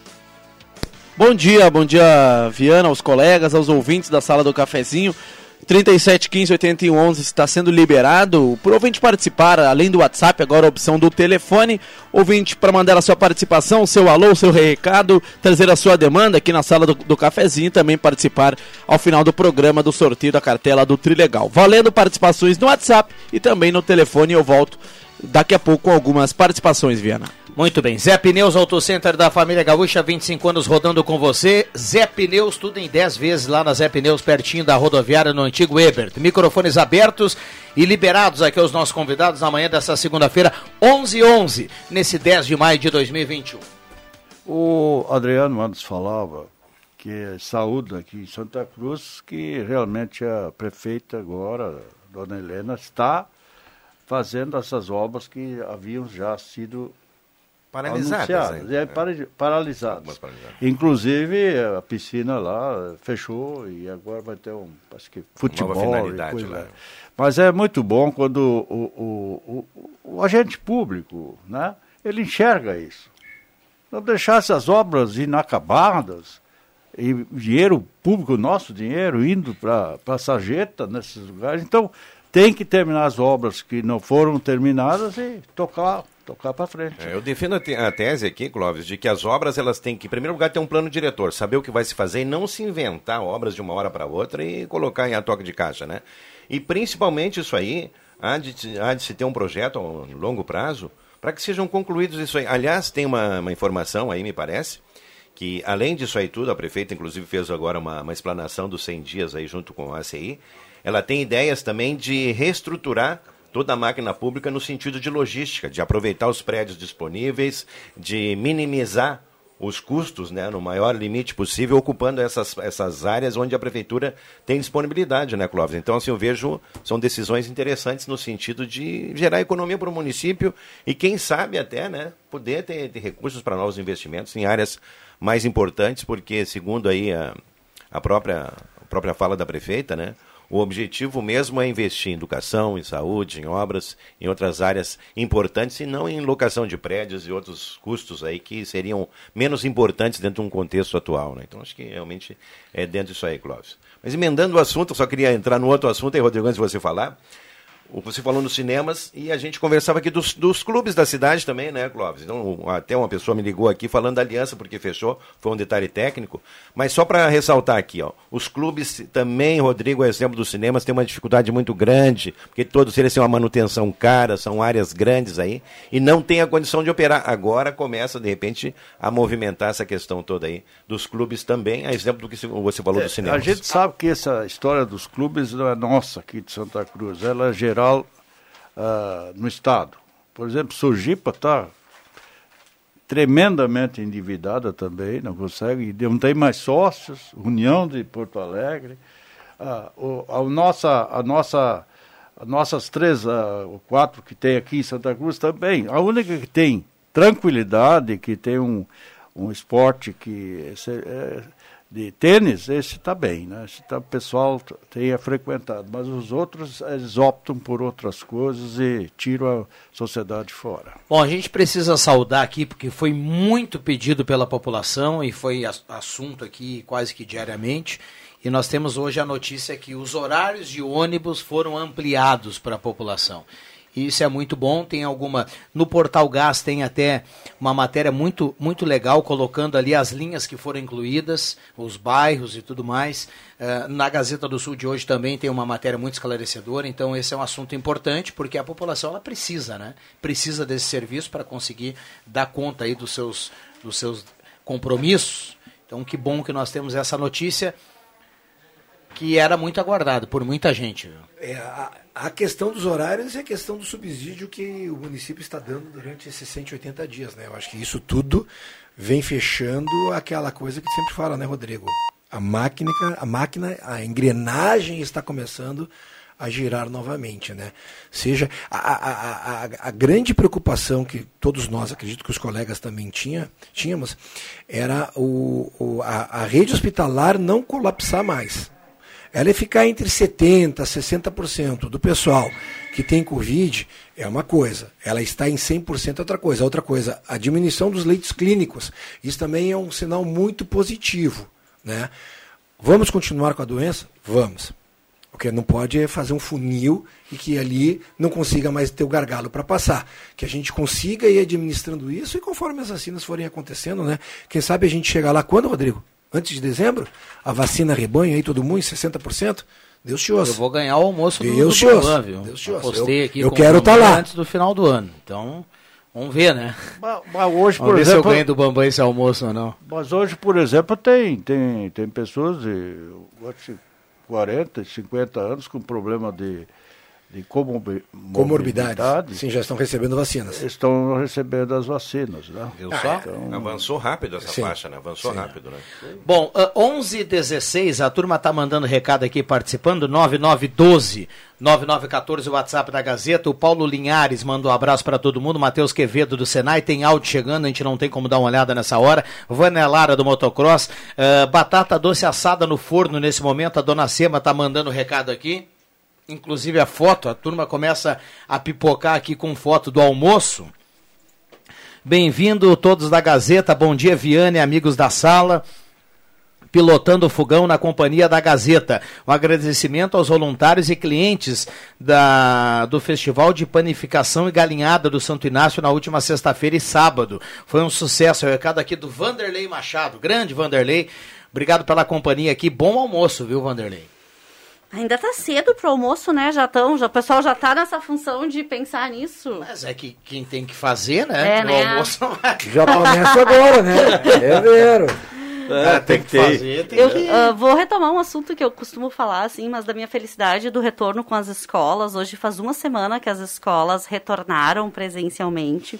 Bom dia, bom dia, Viana, aos colegas, aos ouvintes da sala do cafezinho. trinta e sete, quinze, oitenta e um, onze está sendo liberado para o ouvinte participar, além do WhatsApp, agora a opção do telefone. Ouvinte para mandar a sua participação, seu alô, seu recado, trazer a sua demanda aqui na sala do, do cafezinho e também participar ao final do programa do sorteio da cartela do Trilegal. Valendo participações no WhatsApp e também no telefone. Eu volto daqui a pouco com algumas participações, Viana. Muito bem, Zé Pneus, Auto Center da família Gaúcha, vinte e cinco anos rodando com você. Zé Pneus, tudo em dez vezes lá na Zé Pneus, pertinho da rodoviária no antigo Ebert. Microfones abertos e liberados aqui aos nossos convidados na manhã dessa segunda-feira, onze e onze, nesse dez de maio de dois mil e vinte e um. O Adriano antes falava que é saúde aqui em Santa Cruz, que realmente a prefeita agora, Dona Helena, está fazendo essas obras que haviam já sido paralisadas, é, para, paralisadas. Inclusive a piscina lá fechou e agora vai ter um, acho que futebol e coisa. Lá. Mas é muito bom quando o, o, o, o agente público, né, ele enxerga isso. Não deixar essas obras inacabadas e dinheiro público, nosso dinheiro, indo para a sarjeta nesses lugares. Então tem que terminar as obras que não foram terminadas e tocar tocar para frente. É, eu defendo a, te- a tese aqui, Clóvis, de que as obras elas têm que, em primeiro lugar, ter um plano diretor, saber o que vai se fazer e não se inventar obras de uma hora para outra e colocar em a toque de caixa, né? E principalmente isso aí, há de, há de se ter um projeto a longo prazo para que sejam concluídos isso aí. Aliás, tem uma, uma informação aí, me parece, que além disso aí tudo, a prefeita inclusive fez agora uma, uma explanação dos cem dias aí junto com a A C I, ela tem ideias também de reestruturar toda a máquina pública no sentido de logística, de aproveitar os prédios disponíveis, de minimizar os custos, né, no maior limite possível, ocupando essas, essas áreas onde a prefeitura tem disponibilidade, né, Clóvis? Então, assim, eu vejo, são decisões interessantes no sentido de gerar economia para o município e, quem sabe, até, né, poder ter, ter recursos para novos investimentos em áreas mais importantes, porque, segundo aí a, a, própria, a própria fala da prefeita, né, o objetivo mesmo é investir em educação, em saúde, em obras, em outras áreas importantes e não em locação de prédios e outros custos aí que seriam menos importantes dentro de um contexto atual, né? Então acho que realmente é dentro disso aí, Clóvis. Mas emendando o assunto, eu só queria entrar no outro assunto aí, Rodrigo, antes de você falar. Você falou nos cinemas e a gente conversava aqui dos, dos clubes da cidade também, né, Clóvis? Então, até uma pessoa me ligou aqui falando da aliança porque fechou, foi um detalhe técnico. Mas só para ressaltar aqui, ó, os clubes também, Rodrigo, é exemplo dos cinemas, tem uma dificuldade muito grande, porque todos eles têm uma manutenção cara, são áreas grandes aí, e não tem a condição de operar. Agora começa, de repente, a movimentar essa questão toda aí dos clubes também, a exemplo do que você falou é, dos cinemas. A gente sabe que essa história dos clubes não é nossa aqui de Santa Cruz, ela é geral Uh, no estado. Por exemplo, Sergipe está tremendamente endividada também, não consegue, não tem mais sócios, União de Porto Alegre, uh, o, a nossa, a nossa, as nossas três, uh, quatro que tem aqui em Santa Cruz também, a única que tem tranquilidade, que tem um, um esporte que é, de tênis, esse está bem, né? Esse tá, o pessoal tenha frequentado, mas os outros, eles optam por outras coisas e tiram a sociedade fora. Bom, a gente precisa saudar aqui, porque foi muito pedido pela população e foi assunto aqui quase que diariamente, e nós temos hoje a notícia que os horários de ônibus foram ampliados para a população. Isso é muito bom, tem alguma... No Portal Gás tem até uma matéria muito, muito legal, colocando ali as linhas que foram incluídas, os bairros e tudo mais. Uh, na Gazeta do Sul de hoje também tem uma matéria muito esclarecedora, então esse é um assunto importante, porque a população ela precisa, né? Precisa desse serviço para conseguir dar conta aí dos seus, dos seus compromissos. Então que bom que nós temos essa notícia, que era muito aguardado por muita gente. Viu? É, a, a questão dos horários e a questão do subsídio que o município está dando durante esses cento e oitenta dias, né? Eu acho que isso tudo vem fechando aquela coisa que sempre fala, né, Rodrigo? A máquina, a máquina, a engrenagem está começando a girar novamente, né? Seja a, a, a, a grande preocupação que todos nós, acredito que os colegas também tinha, tínhamos, era o, o, a, a rede hospitalar não colapsar mais. Ela é ficar entre setenta por cento, sessenta por cento do pessoal que tem Covid é uma coisa. Ela está em cem por cento é outra coisa. Outra coisa, a diminuição dos leitos clínicos. Isso também é um sinal muito positivo, né? Vamos continuar com a doença? Vamos. O que não pode é fazer um funil e que ali não consiga mais ter o gargalo para passar. Que a gente consiga ir administrando isso e conforme as vacinas forem acontecendo, né? Quem sabe a gente chega lá quando, Rodrigo? Antes de dezembro, a vacina rebanho aí, todo mundo em sessenta por cento, Deus te ouça. Eu vou ganhar o almoço do, Deus do te Bambam, viu? Deus te ouça. Apostei aqui eu com quero estar tá lá. Antes do final do ano. Então, vamos ver, né? Mas, mas hoje, vamos por ver exemplo, se eu ganho do Bambam esse almoço ou não. Mas hoje, por exemplo, tem, tem, tem pessoas de quarenta, cinquenta anos com problema de... de comorbi- comorbidade. Sim, já estão recebendo vacinas. Estão recebendo as vacinas, né? Viu só? Então... Avançou rápido essa Sim. faixa, né? Avançou Sim. rápido, né? Bom, uh, onze e dezesseis, a turma está mandando recado aqui participando, nove nove um dois, nove nove um quatro, o WhatsApp da Gazeta. O Paulo Linhares manda um abraço para todo mundo. Matheus Quevedo do Senai, tem áudio chegando, a gente não tem como dar uma olhada nessa hora. Vânia Lara do Motocross, uh, batata doce assada no forno nesse momento, a dona Sema está mandando recado aqui. Inclusive a foto, a turma começa a pipocar aqui com foto do almoço. Bem-vindo todos da Gazeta, bom dia Viane, amigos da sala, pilotando o fogão na companhia da Gazeta. Um agradecimento aos voluntários e clientes da, do Festival de Panificação e Galinhada do Santo Inácio na última sexta-feira e sábado. Foi um sucesso, é o recado aqui do Vanderlei Machado, grande Vanderlei, obrigado pela companhia aqui, bom almoço, viu Vanderlei? Ainda tá cedo pro almoço, né? Já tão, já, o pessoal já tá nessa função de pensar nisso. Mas é que quem tem que fazer, né? É, o né? almoço não vai. Já começa agora, né? É vero. É, tem que fazer, tem eu que... uh, vou retomar um assunto que eu costumo falar, assim, mas da minha felicidade do retorno com as escolas. Hoje faz uma semana que as escolas retornaram presencialmente.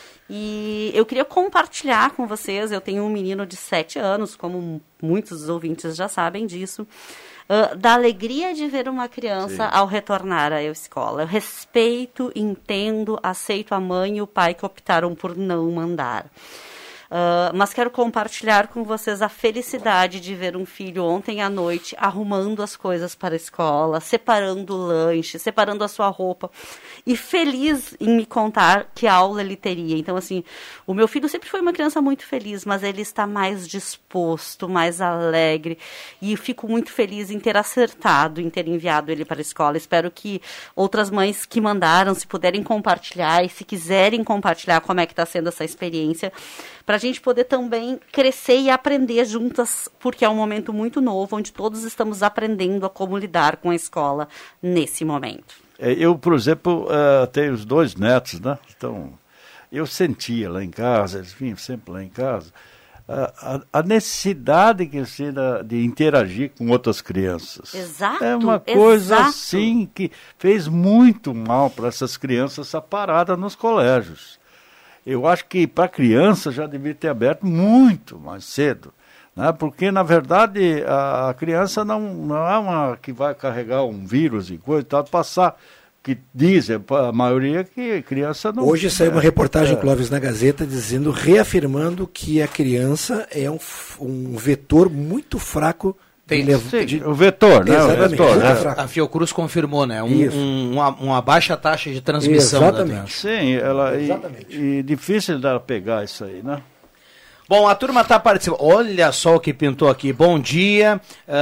E eu queria compartilhar com vocês, eu tenho um menino de sete anos, como muitos dos ouvintes já sabem disso, Uh, da alegria de ver uma criança Sim. ao retornar à escola. Eu respeito, entendo, aceito a mãe e o pai que optaram por não mandar. Uh, mas quero compartilhar com vocês a felicidade de ver um filho ontem à noite arrumando as coisas para a escola, separando o lanche, separando a sua roupa e feliz em me contar que aula ele teria. Então, assim, o meu filho sempre foi uma criança muito feliz, mas ele está mais disposto, mais alegre e eu fico muito feliz em ter acertado, em ter enviado ele para a escola. Espero que outras mães que mandaram, se puderem compartilhar e se quiserem compartilhar como é que está sendo essa experiência, para a gente poder também crescer e aprender juntas, porque é um momento muito novo, onde todos estamos aprendendo a como lidar com a escola nesse momento. Eu, por exemplo, uh, tenho os dois netos, né? Então, eu sentia lá em casa, eles vinham sempre lá em casa, uh, a, a necessidade que eles tinham de interagir com outras crianças. Exato. É uma coisa exato. assim que fez muito mal para essas crianças essa parada nos colégios. Eu acho que para a criança já devia ter aberto muito mais cedo, né? Porque, na verdade, a, a criança não, não é uma que vai carregar um vírus e coisa e tal, passar que dizem, a maioria, que criança não... Hoje saiu uma reportagem, é. Clóvis, na Gazeta, dizendo, reafirmando que a criança é um, um vetor muito fraco. Tem, de sim, de... o vetor, né? Exatamente, o vetor, muito né? fraco. A Fiocruz confirmou, né? Um, um, uma, uma baixa taxa de transmissão. Exatamente. Sim, ela, Exatamente. E, e difícil dela pegar isso aí, né? Bom, a turma está participando. Olha só o que pintou aqui. Bom dia.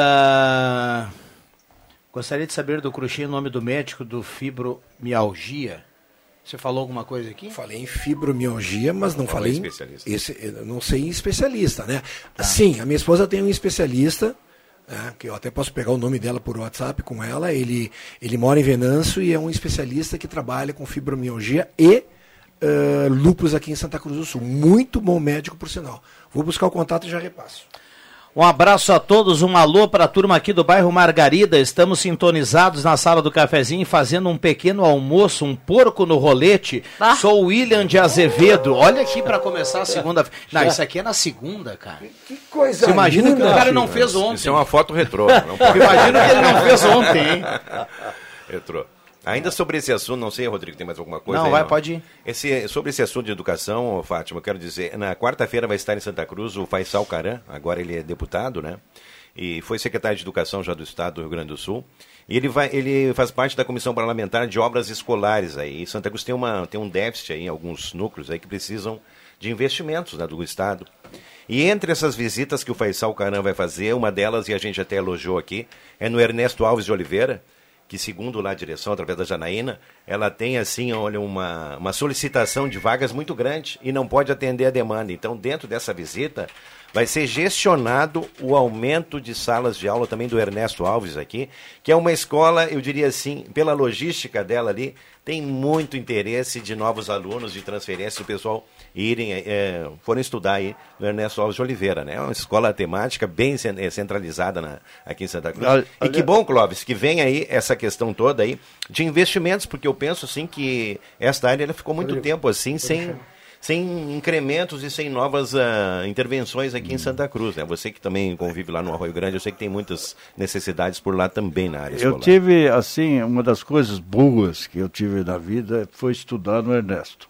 Uh... Gostaria de saber do Cruxinho o nome do médico do fibromialgia. Você falou alguma coisa aqui? Falei em fibromialgia, mas não, Não falei é em especialista. esse, eu não sei em especialista, né? Sim, a minha esposa tem um especialista, né, que eu até posso pegar o nome dela por WhatsApp com ela. Ele, ele mora em Venâncio e é um especialista que trabalha com fibromialgia e uh, lúpus aqui em Santa Cruz do Sul. Muito bom médico, por sinal. Vou buscar o contato e já repasso. Um abraço a todos, um alô para a turma aqui do bairro Margarida. Estamos sintonizados na sala do cafezinho, fazendo um pequeno almoço, um porco no rolete. Ah. Sou o William de Azevedo. Olha aqui para começar a segunda. Não, isso aqui é na segunda, cara. Que coisa Você imagina linda, que o cara não filho. fez ontem. Isso é uma foto retrô. Não pode. Imagina que ele não fez ontem, hein? Retrô. Ainda sobre esse assunto, não sei, Rodrigo, tem mais alguma coisa? Não, aí, vai, pode ir. Esse, sobre esse assunto de educação, Fátima, eu quero dizer, na quarta-feira vai estar em Santa Cruz o Faisal Caran, agora ele é deputado, né? E foi secretário de Educação já do Estado do Rio Grande do Sul. E ele, vai, ele faz parte da Comissão Parlamentar de Obras Escolares aí. E Santa Cruz tem, uma, tem um déficit aí em alguns núcleos aí que precisam de investimentos, né, do Estado. E entre essas visitas que o Faisal Caran vai fazer, uma delas, e a gente até elogiou aqui, é no Ernesto Alves de Oliveira, que segundo lá a direção, através da Janaína, ela tem assim, olha, uma, uma solicitação de vagas muito grande e não pode atender a demanda. Então, dentro dessa visita, vai ser gestionado o aumento de salas de aula também do Ernesto Alves aqui, que é uma escola, eu diria assim, pela logística dela ali, tem muito interesse de novos alunos, de transferência, o pessoal irem, é, forem estudar aí no Ernesto Alves de Oliveira, né? É uma escola temática bem centralizada na, aqui em Santa Cruz. Olha, e que bom, Clóvis, que vem aí essa questão toda aí de investimentos, porque eu penso assim que esta área ela ficou muito tempo assim, sem... sem incrementos e sem novas uh, intervenções aqui em Santa Cruz, né? Você que também convive lá no Arroio Grande, eu sei que tem muitas necessidades por lá também na área escolar. Eu tive, assim, uma das coisas boas que eu tive na vida foi estudar no Ernesto.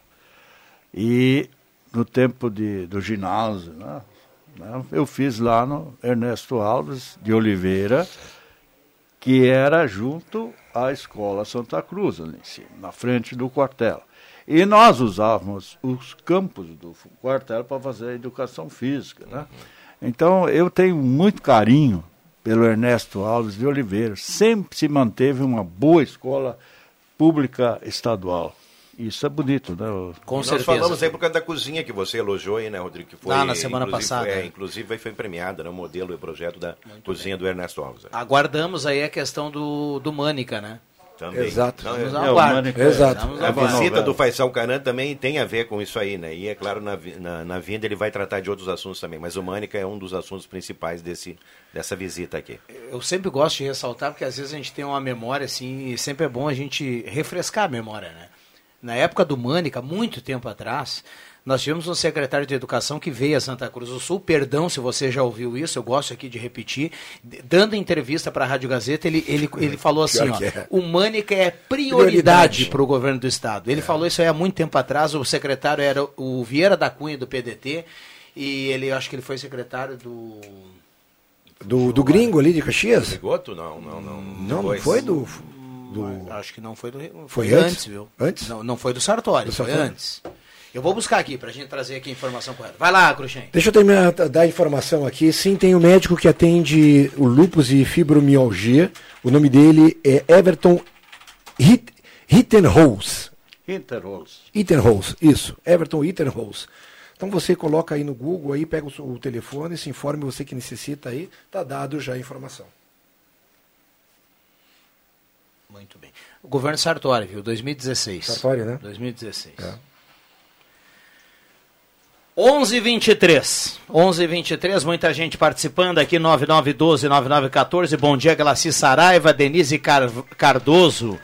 E no tempo de, do ginásio, né, né, eu fiz lá no Ernesto Alves de Oliveira, que era junto à Escola Santa Cruz, ali em cima, na frente do quartel. E nós usávamos os campos do quartel para fazer a educação física, né? Então, eu tenho muito carinho pelo Ernesto Alves de Oliveira. Sempre se manteve uma boa escola pública estadual. Isso é bonito, né? Com nós certeza. falamos aí por causa da cozinha que você elogiou aí, né, Rodrigo? Que foi, ah, na semana passada. É, inclusive foi premiada, né, o modelo e o projeto da muito cozinha bem. do Ernesto Alves. Aguardamos aí a questão do, do Mânica, né? Também. Exato. Não, Vamos é, aguardar. É, Exato. A visita do Faisal Caran também tem a ver com isso aí, né? E é claro, na, na, na vinda ele vai tratar de outros assuntos também, mas o Mânica é um dos assuntos principais desse, dessa visita aqui. Eu sempre gosto de ressaltar, porque às vezes a gente tem uma memória assim, e sempre é bom a gente refrescar a memória, né? Na época do Mânica, muito tempo atrás, nós tivemos um secretário de Educação que veio a Santa Cruz do Sul, perdão se você já ouviu isso, eu gosto aqui de repetir, dando entrevista para a Rádio Gazeta, ele, ele, ele falou assim, ó, é. o Mânica é prioridade para o governo do Estado. Ele é. falou isso aí há muito tempo atrás, o secretário era o Vieira da Cunha, do P D T, e ele, acho que ele foi secretário do... Do, do gringo ali de Caxias? Bigoto? Não, não, não. Não, não foi do... do... Acho que não foi do... Foi, foi antes? antes, viu? Antes? Não, não foi do Sartori, Do foi Sartori. antes. Eu vou buscar aqui pra gente trazer aqui a informação correta. Vai lá, Cruxem. Deixa eu terminar, dar a informação aqui. Sim, tem um médico que atende o lúpus e fibromialgia. O nome dele é Everton Hit, Hittenholz. Hinterholz. Hittenholz, isso. Everton Hittenholz. Então você coloca aí no Google, aí pega o, o telefone, se informe você que necessita aí. Tá dado já a informação. Muito bem. O governo Sartori, viu? dois mil e dezesseis. Sartori, né? dois mil e dezesseis. É. onze e vinte e três. onze e vinte e três, muita gente participando aqui, nove nove um dois, nove nove um quatro. Bom dia, Glaci Saraiva, Denise Car... Cardoso.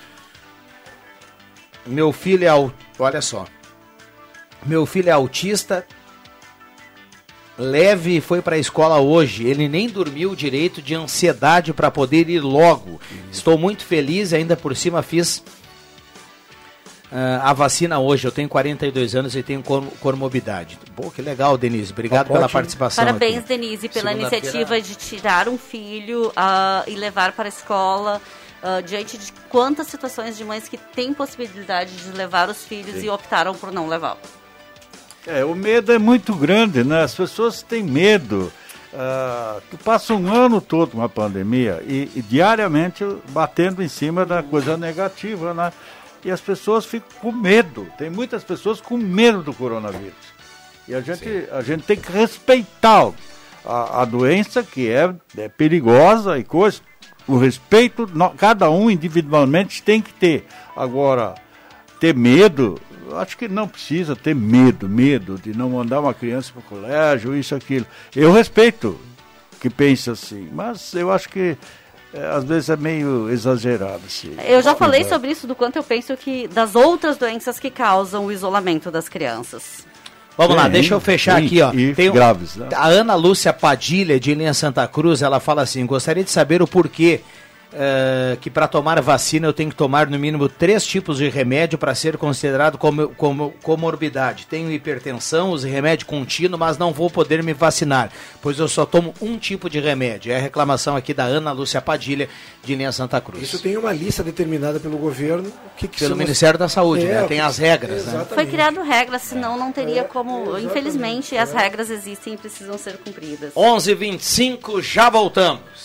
Meu filho é... Au... Olha só. Meu filho é autista. leve e foi para a escola hoje. Ele nem dormiu direito de ansiedade para poder ir logo. Estou muito feliz e ainda por cima fiz uh, a vacina hoje. Eu tenho quarenta e dois anos e tenho comorbidade. Pô, que legal, Denise. Obrigado pela participação. Parabéns, aqui. Denise, pela iniciativa de tirar um filho uh, e levar para a escola. Uh, diante de quantas situações de mães que têm possibilidade de levar os filhos Sim. e optaram por não levar. É, o medo é muito grande, né? As pessoas têm medo. Uh, tu passa um ano todo com a pandemia e, e diariamente batendo em cima da coisa negativa, né? E as pessoas ficam com medo. Tem muitas pessoas com medo do coronavírus. E a gente, a gente tem que respeitar a, a doença, que é, é perigosa e coisa. O respeito, no, cada um individualmente tem que ter. Agora, ter medo, acho que não precisa ter medo, medo de não mandar uma criança para o colégio, isso, aquilo. Eu respeito que pensa assim, mas eu acho que é, às vezes é meio exagerado. Assim. Eu já falei sobre isso, do quanto eu penso que das outras doenças que causam o isolamento das crianças. Vamos Sim, lá, deixa eu fechar e, aqui, ó. E Tem um, graves, né? A Ana Lúcia Padilha, de Linha Santa Cruz, ela fala assim: gostaria de saber o porquê uh, que para tomar vacina eu tenho que tomar no mínimo três tipos de remédio para ser considerado como, como comorbidade. Tenho hipertensão, uso remédio contínuo, mas não vou poder me vacinar, pois eu só tomo um tipo de remédio. É a reclamação aqui da Ana Lúcia Padilha, de Linha Santa Cruz. Isso tem uma lista determinada pelo governo. Que que pelo são Ministério as... da Saúde, é, né? Tem as regras. Né? Foi criado regras, senão não teria como... É, infelizmente, as regras existem e precisam ser cumpridas. onze e vinte e cinco, já voltamos.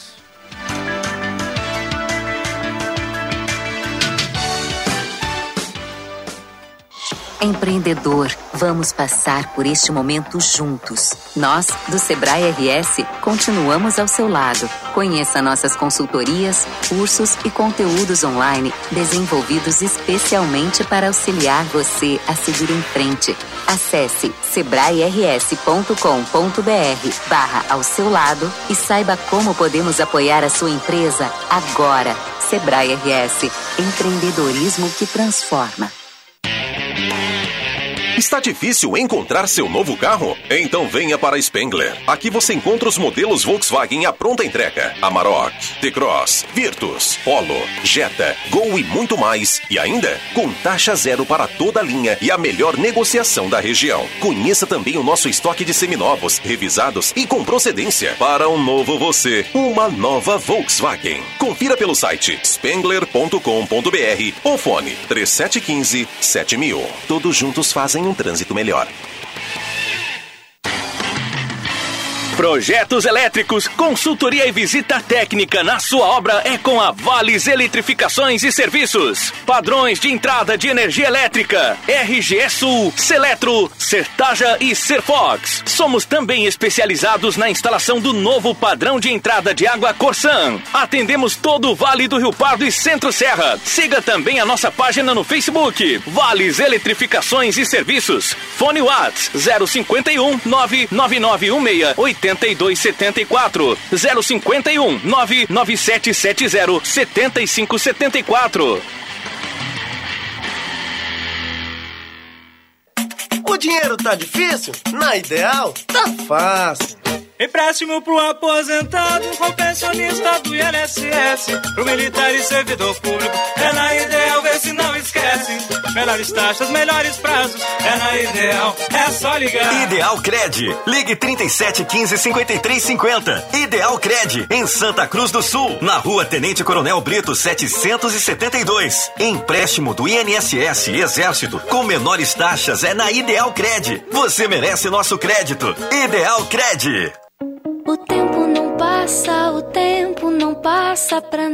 Empreendedor, vamos passar por este momento juntos. Nós, do Sebrae R S, continuamos ao seu lado. Conheça nossas consultorias, cursos e conteúdos online desenvolvidos especialmente para auxiliar você a seguir em frente. Acesse sebrae r s ponto com ponto b r barra ao seu lado e saiba como podemos apoiar a sua empresa agora. Sebrae R S, empreendedorismo que transforma. Está difícil encontrar seu novo carro? Então venha para a Spengler. Aqui você encontra os modelos Volkswagen à pronta entrega. Amarok, T-Cross, Virtus, Polo, Jetta, Gol e muito mais. E ainda com taxa zero para toda a linha e a melhor negociação da região. Conheça também o nosso estoque de seminovos, revisados e com procedência. Para um novo você, uma nova Volkswagen. Confira pelo site spengler ponto com ponto b r ou fone três sete um cinco sete mil. Todos juntos fazem um trânsito melhor. Projetos elétricos, consultoria e visita técnica na sua obra é com a Vales Eletrificações e Serviços. Padrões de entrada de energia elétrica, R G E Sul, Seletro, Sertaja e Serfox. Somos também especializados na instalação do novo padrão de entrada de água Corsan. Atendemos todo o Vale do Rio Pardo e Centro-Serra. Siga também a nossa página no Facebook, Vales Eletrificações e Serviços. Fone Whats zero cinco um nove nove nove um seis oito dois sete quatro, zero cinco um nove nove sete sete zero sete cinco sete quatro. O dinheiro tá difícil? Na Ideal, tá fácil. Empréstimo pro aposentado, com pensionista do I N S S, pro militar e servidor público. É na Ideal, vê se não esquece. Melhores taxas, melhores prazos. É na Ideal, é só ligar. Ideal Cred. Ligue trinta e sete quinze, cinquenta e três cinquenta. Ideal Cred, em Santa Cruz do Sul, na rua Tenente Coronel Brito setecentos e setenta e dois. Empréstimo do I N S S e Exército com menores taxas é na Ideal Cred. Você merece nosso crédito. Ideal Cred. O tempo não passa, o tempo não passa pra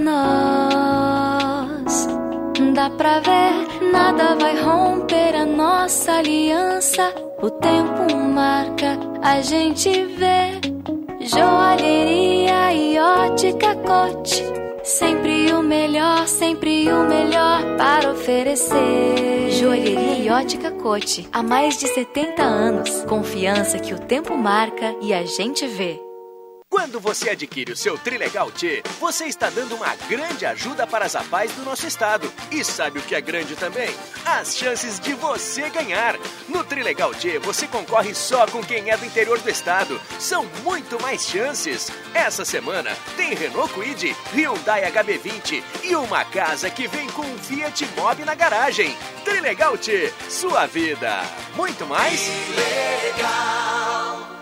nós. Dá pra ver, nada vai romper a nossa aliança. O tempo marca, a gente vê. Joalheria e ótica Cote. Sempre o melhor, sempre o melhor para oferecer. Joalheria e ótica Cote. Há mais de setenta anos. Confiança que o tempo marca e a gente vê. Quando você adquire o seu Trilegal T, você está dando uma grande ajuda para as APAES do nosso estado. E sabe o que é grande também? As chances de você ganhar. No Trilegal T, você concorre só com quem é do interior do estado. São muito mais chances. Essa semana tem Renault Kwid, Hyundai H B vinte e uma casa que vem com um Fiat Mobi na garagem. Trilegal T, sua vida. Muito mais? Legal.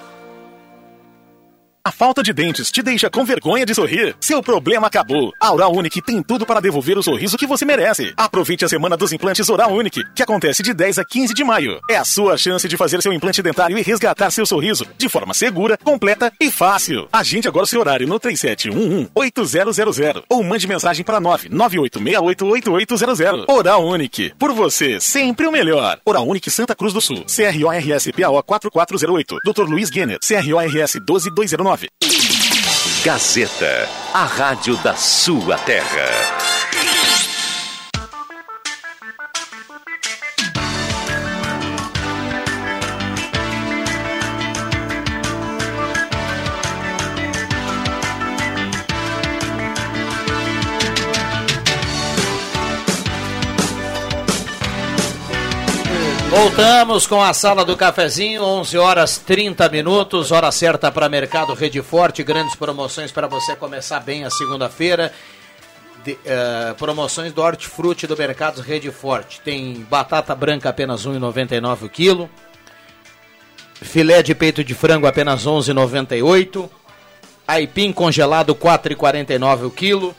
A falta de dentes te deixa com vergonha de sorrir? Seu problema acabou. A Oral Unique tem tudo para devolver o sorriso que você merece. Aproveite a semana dos implantes Oral Unique, que acontece de dez a quinze de maio. É a sua chance de fazer seu implante dentário e resgatar seu sorriso de forma segura, completa e fácil. Agende agora o seu horário no três sete um um oito zero zero zero ou mande mensagem para nove nove oito seis oito oito oito zero zero. Oral Unique. Por você, sempre o melhor. Oral Unique Santa Cruz do Sul. C R O R S P A O quatro quatro zero oito. doutor Luiz Guener. C R O R S um dois dois zero nove. Gazeta, a rádio da sua terra. Voltamos com a Sala do Cafezinho, onze horas trinta minutos, hora certa para Mercado Rede Forte, grandes promoções para você começar bem a segunda-feira. De, uh, promoções do Hortifruti do Mercado Rede Forte. Tem batata branca apenas um real e noventa e nove centavos o quilo, filé de peito de frango apenas onze reais e noventa e oito centavos, aipim congelado quatro reais e quarenta e nove centavos o quilo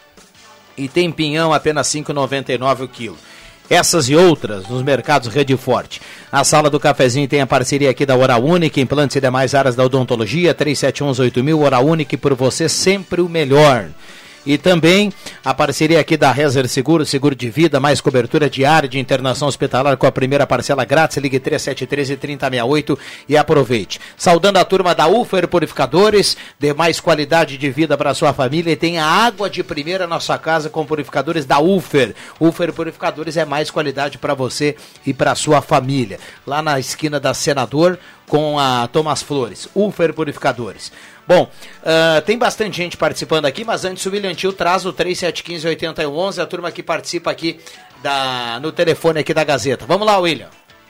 e tem pinhão apenas cinco reais e noventa e nove centavos o quilo. Essas e outras nos mercados Rede Forte. A Sala do Cafezinho tem a parceria aqui da Oral Unique, implantes e demais áreas da odontologia, três sete um oito mil, Oral Unique, por você sempre o melhor. E também a parceria aqui da Rezer Seguro, seguro de vida, mais cobertura diária de internação hospitalar com a primeira parcela grátis. Ligue três sete um três, três zero seis oito e aproveite. Saudando a turma da Ufer Purificadores, dê mais qualidade de vida para sua família e tenha água de primeira na sua casa com purificadores da Ufer. Ufer Purificadores é mais qualidade para você e para sua família. Lá na esquina da Senador com a Thomas Flores. Ufer Purificadores. Bom, uh, tem bastante gente participando aqui, mas antes o William Tio traz o três sete um cinco oito um um, a turma que participa aqui da, no telefone aqui da Gazeta. Vamos lá, William.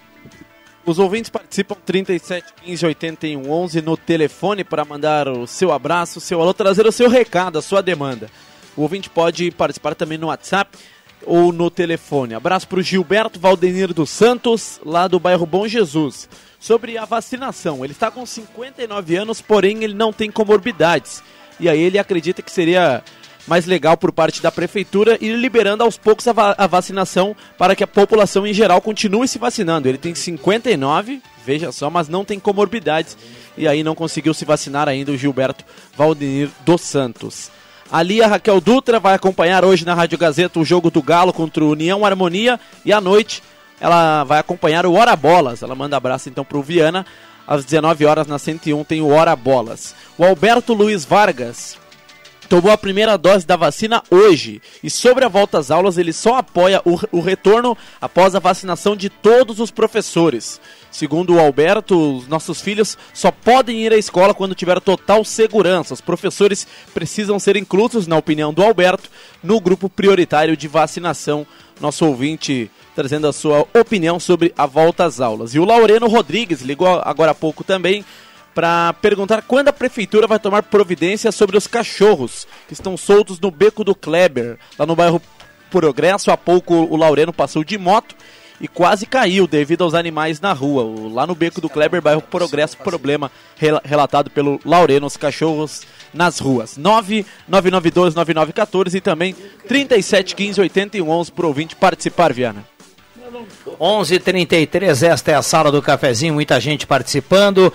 Os ouvintes participam trinta e sete quinze oitenta e um onze no telefone para mandar o seu abraço, o seu alô, trazer o seu recado, a sua demanda. O ouvinte pode participar também no WhatsApp ou no telefone. Abraço para o Gilberto Valdenir dos Santos, lá do bairro Bom Jesus. Sobre a vacinação, ele está com cinquenta e nove anos, porém ele não tem comorbidades. E aí ele acredita que seria mais legal por parte da prefeitura ir liberando aos poucos a, va- a vacinação para que a população em geral continue se vacinando. Ele tem cinquenta e nove, veja só, mas não tem comorbidades. E aí não conseguiu se vacinar ainda o Gilberto Valdenir dos Santos. Ali a Raquel Dutra vai acompanhar hoje na Rádio Gazeta o jogo do Galo contra o União Harmonia e à noite ela vai acompanhar o Hora Bolas. Ela manda abraço então para o Viana. Às dezenove horas na cento e um tem o Hora Bolas. O Alberto Luiz Vargas tomou a primeira dose da vacina hoje. E sobre a volta às aulas, ele só apoia o, o retorno após a vacinação de todos os professores. Segundo o Alberto, os nossos filhos só podem ir à escola quando tiver total segurança. Os professores precisam ser inclusos, na opinião do Alberto, no grupo prioritário de vacinação. Nosso ouvinte trazendo a sua opinião sobre a volta às aulas. E o Laureno Rodrigues ligou agora há pouco também para perguntar quando a prefeitura vai tomar providência sobre os cachorros que estão soltos no Beco do Kleber, lá no bairro Progresso. Há pouco o Laureno passou de moto e quase caiu devido aos animais na rua. Lá no Beco do Kleber, bairro Progresso, problema rel- relatado pelo Laureno, os cachorros nas ruas. nove nove nove dois nove nove um quatro e também trinta e sete quinze oitenta e um onze para o ouvinte participar, Viana. onze e trinta e três, esta é a Sala do Cafezinho, muita gente participando.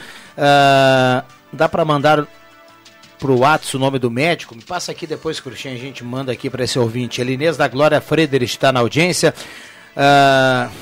Uh, dá para mandar pro WhatsApp o nome do médico? Me passa aqui depois, Cruxinha, a gente manda aqui para esse ouvinte. Elinês da Glória Frederich está na audiência. Uh,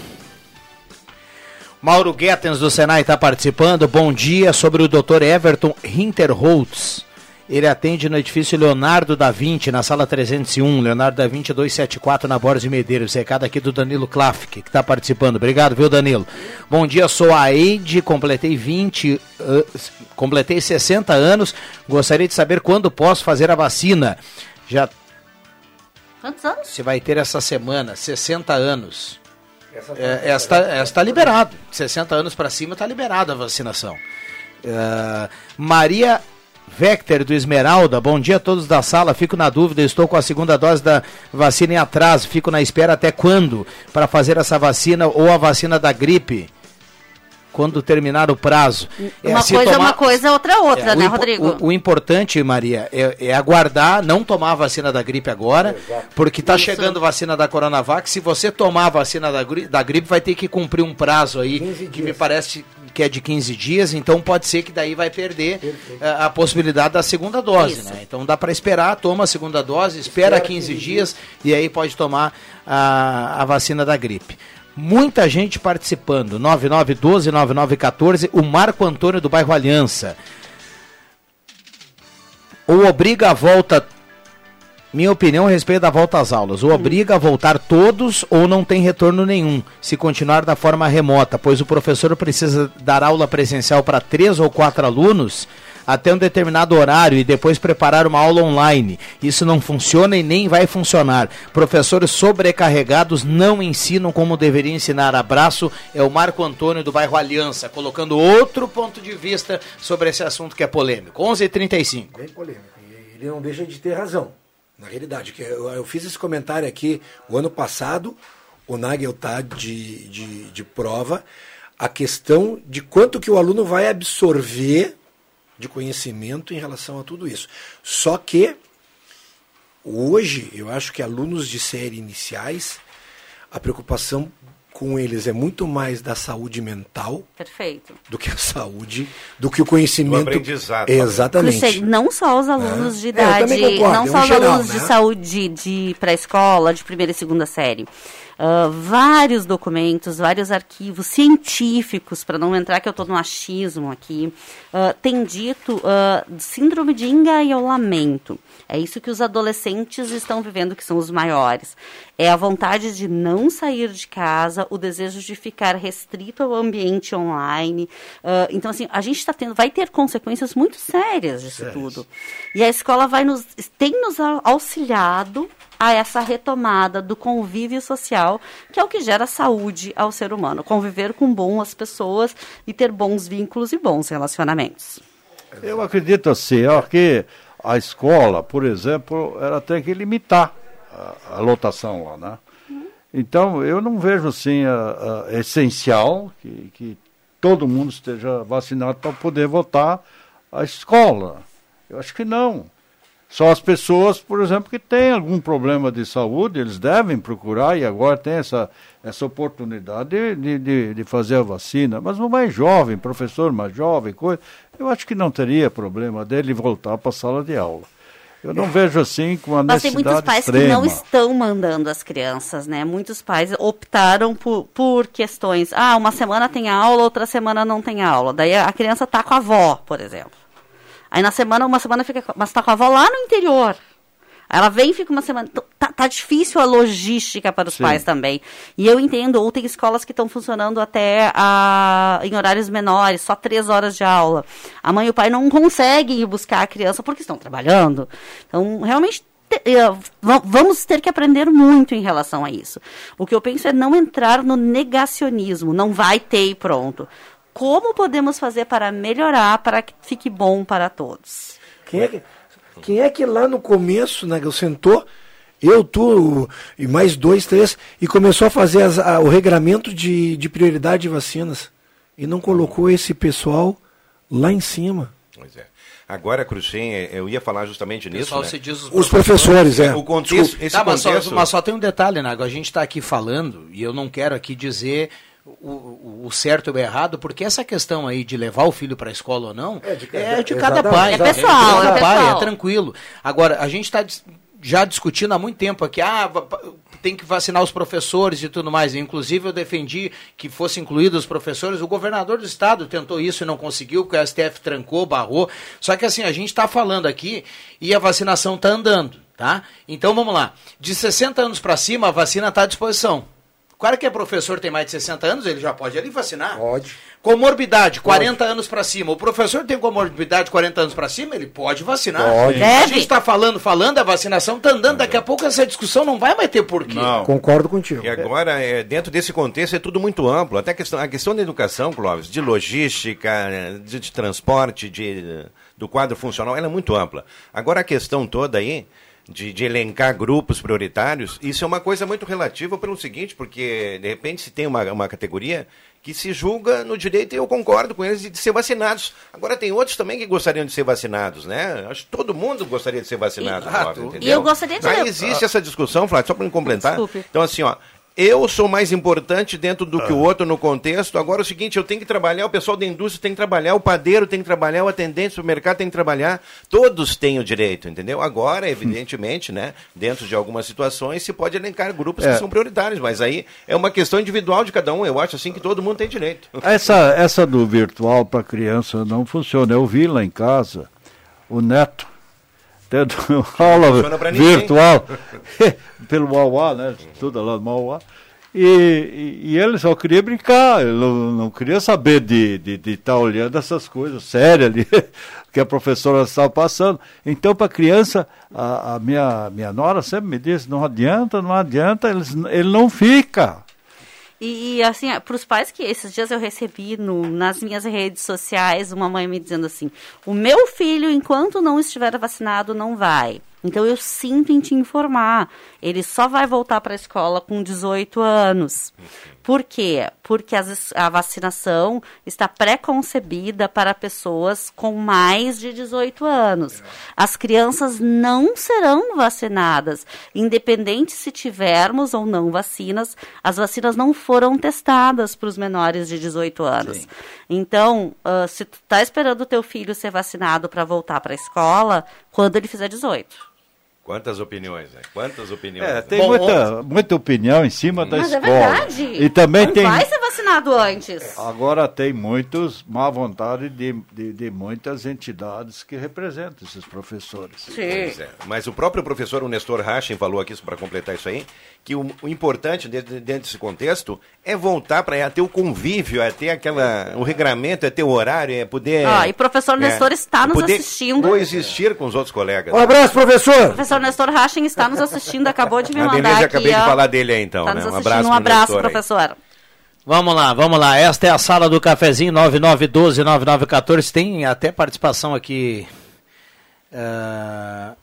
Mauro Guetens do Senai está participando. Bom dia. Sobre o doutor Everton Hinterholtz Ele atende no edifício Leonardo da Vinci, na sala trezentos e um, Leonardo da Vinci duzentos e setenta e quatro, na Borges de Medeiros. Recado aqui do Danilo Klafke, que está participando. Obrigado, viu, Danilo? Bom dia, sou a Eide, completei vinte, uh, completei sessenta anos, gostaria de saber quando posso fazer a vacina. Já... Quantos anos? Você vai ter essa semana, sessenta anos. Essa é, esta está liberado, sessenta anos para cima está liberada a vacinação. Uh, Maria Vector do Esmeralda, bom dia a todos da sala, fico na dúvida, estou com a segunda dose da vacina em atraso, fico na espera até quando para fazer essa vacina ou a vacina da gripe? Quando terminar o prazo. Uma é, coisa tomar... é uma coisa, outra é outra, é, né, o Rodrigo? O, o importante, Maria, é, é aguardar, não tomar a vacina da gripe agora, é, porque está chegando vacina da Coronavac. Se você tomar a vacina da, da gripe, vai ter que cumprir um prazo aí, que me parece que é de quinze dias, então pode ser que daí vai perder a, a possibilidade da segunda dose, né? Então dá para esperar, toma a segunda dose, espera, espera quinze dias e aí pode tomar a, a vacina da gripe. Muita gente participando, nove nove um dois, nove nove um quatro, o Marco Antônio do bairro Aliança. Ou obriga a volta, minha opinião a respeito da volta às aulas, ou obriga a voltar todos ou não tem retorno nenhum, se continuar da forma remota, pois o professor precisa dar aula presencial para três ou quatro alunos até um determinado horário e depois preparar uma aula online. Isso não funciona e nem vai funcionar. Professores sobrecarregados não ensinam como deveriam ensinar. Abraço, é o Marco Antônio do bairro Aliança, colocando outro ponto de vista sobre esse assunto que é polêmico. onze e trinta e cinco. Bem polêmico. E ele não deixa de ter razão, na realidade. Que eu, eu fiz esse comentário aqui o ano passado, o Nagel está de, de, de prova, a questão de quanto que o aluno vai absorver de conhecimento em relação a tudo isso. Só que, hoje, eu acho que alunos de série iniciais, a preocupação com eles é muito mais da saúde mental. Perfeito. Do que a saúde, do que o conhecimento. Do aprendizado. Exatamente. Clichê, não só os alunos é. de idade, é, concordo, não é só um os geral, alunos né? de saúde de pré-escola, de primeira e segunda série. Uh, vários documentos, vários arquivos científicos, para não entrar que eu estou no achismo aqui, uh, tem dito uh, síndrome de engaiolamento. É isso que os adolescentes estão vivendo, que são os maiores. É a vontade de não sair de casa, o desejo de ficar restrito ao ambiente online. Uh, então, assim, a gente está tendo, vai ter consequências muito sérias disso Sério? tudo. E a escola vai nos, tem nos auxiliado a essa retomada do convívio social, que é o que gera saúde ao ser humano. Conviver com boas pessoas e ter bons vínculos e bons relacionamentos. Eu acredito assim, ó, que a escola, por exemplo, ela tem que limitar a, a lotação lá, né? Uhum. Então, eu não vejo assim a, a essencial que, que todo mundo esteja vacinado para poder voltar à escola. Eu acho que não. Só as pessoas, por exemplo, que têm algum problema de saúde, eles devem procurar e agora tem essa, essa oportunidade de, de, de fazer a vacina. Mas o mais jovem, professor mais jovem, coisa, eu acho que não teria problema dele voltar para a sala de aula. Eu não vejo assim com a necessidade extrema. Mas tem muitos pais extrema. que não estão mandando as crianças, né? Muitos pais optaram por, por questões, ah, uma semana tem aula, outra semana não tem aula. Daí a criança está com a avó, por exemplo. Aí na semana, uma semana fica, mas tá com a avó lá no interior. Aí ela vem e fica uma semana. Tá, tá difícil a logística para os Sim. pais também. E eu entendo, ou tem escolas que estão funcionando até a, em horários menores, só três horas de aula. A mãe e o pai não conseguem ir buscar a criança porque estão trabalhando. Então, realmente, te, vamos ter que aprender muito em relação a isso. O que eu penso é não entrar no negacionismo. Não vai ter e pronto. Como podemos fazer para melhorar, para que fique bom para todos? Quem é que, quem é que lá no começo, né, sentou, eu, tu e mais dois, três, e começou a fazer as, a, o regramento de, de prioridade de vacinas e não colocou esse pessoal lá em cima? Pois é. Agora, Cruxem, eu ia falar justamente nisso, Pessoal, né? se diz os, os professores, é. O contexto, esse tá, mas, contexto... só, mas só tem um detalhe, Nago, a gente está aqui falando, e eu não quero aqui dizer... O, o certo ou o errado, porque essa questão aí de levar o filho para a escola ou não é de, é de cada pai. É pessoal, é, de cada é pai, pessoal. É tranquilo. Agora, a gente está já discutindo há muito tempo aqui, ah, tem que vacinar os professores e tudo mais. Inclusive eu defendi que fosse incluídos os professores. O governador do estado tentou isso e não conseguiu, porque o S T F trancou, barrou. Só que assim, a gente está falando aqui e a vacinação está andando, tá? Então vamos lá. De sessenta anos para cima, a vacina está à disposição. O cara que é professor tem mais de sessenta anos, ele já pode ali vacinar. Pode. Comorbidade, quarenta anos para cima. O professor tem comorbidade, quarenta anos para cima, ele pode vacinar. Pode. A gente está falando, falando, a vacinação está andando. Daqui a pouco essa discussão não vai mais ter porquê. Não. Concordo contigo. E agora, é, dentro desse contexto, é tudo muito amplo. Até a questão, a questão da educação, Clóvis, de logística, de, de transporte, de, do quadro funcional, ela é muito ampla. Agora a questão toda aí, De, de elencar grupos prioritários, isso é uma coisa muito relativa pelo seguinte, porque de repente se tem uma, uma categoria que se julga no direito, e eu concordo com eles, de ser vacinados. Agora tem outros também que gostariam de ser vacinados, né? Acho que todo mundo gostaria de ser vacinado. Flávio, entendeu? E eu gostaria de... Aí existe essa discussão, Flávio, só para me complementar. Desculpe. Então assim, ó, eu sou mais importante dentro do que o outro no contexto. Agora é o seguinte, eu tenho que trabalhar, o pessoal da indústria tem que trabalhar, o padeiro tem que trabalhar, o atendente do supermercado tem que trabalhar. Todos têm o direito, entendeu? Agora, evidentemente, né, dentro de algumas situações, se pode elencar grupos É. que são prioritários, mas aí é uma questão individual de cada um. Eu acho assim que todo mundo tem direito. Essa, essa do virtual para criança não funciona. Eu vi lá em casa o neto tendo aula funciona pra ninguém. virtual pelo Mauá, né? Tudo lá no Mauá. E, e, e ele só queria brincar, ele não, não queria saber de estar de, de tá olhando essas coisas sérias ali que a professora estava passando. Então, para a criança, a, a minha, minha nora sempre me disse, não adianta, não adianta, eles, ele não fica. E, e, assim, para os pais que esses dias eu recebi no, nas minhas redes sociais, uma mãe me dizendo assim, o meu filho, enquanto não estiver vacinado, não vai. Então eu sinto em te informar, ele só vai voltar para a escola com dezoito anos. Por quê? Porque as, a vacinação está pré-concebida para pessoas com mais de dezoito anos. As crianças não serão vacinadas, independente se tivermos ou não vacinas, as vacinas não foram testadas para os menores de dezoito anos. Sim. Então, uh, se tu está esperando o teu filho ser vacinado para voltar para a escola, quando ele fizer dezoito. Quantas opiniões, né? Quantas opiniões. É, né? tem Bom, muita, muita opinião em cima da mas escola. Mas é verdade. E também não tem... vai ser vacinado antes. Agora tem muitos má vontade de, de, de muitas entidades que representam esses professores. Sim. Pois é. Mas o próprio professor o Nestor Rachin falou aqui, para completar isso aí, que o, o importante dentro, dentro desse contexto é voltar para é ter o convívio, é ter aquela, o regramento, é ter o horário, é poder... Ah, e o professor Nestor é, está nos poder assistindo. coexistir com os outros colegas. Um abraço, professor! O professor Nestor Rachin está nos assistindo, acabou de me Ah, mandar beleza, aqui. acabei ó, de falar dele aí então, tá né? nos Um assistindo. abraço, Um abraço, Nestor aí. professor. Vamos lá, vamos lá. Esta é a sala do cafezinho nove nove um dois nove nove um quatro. Tem até participação aqui. Uh...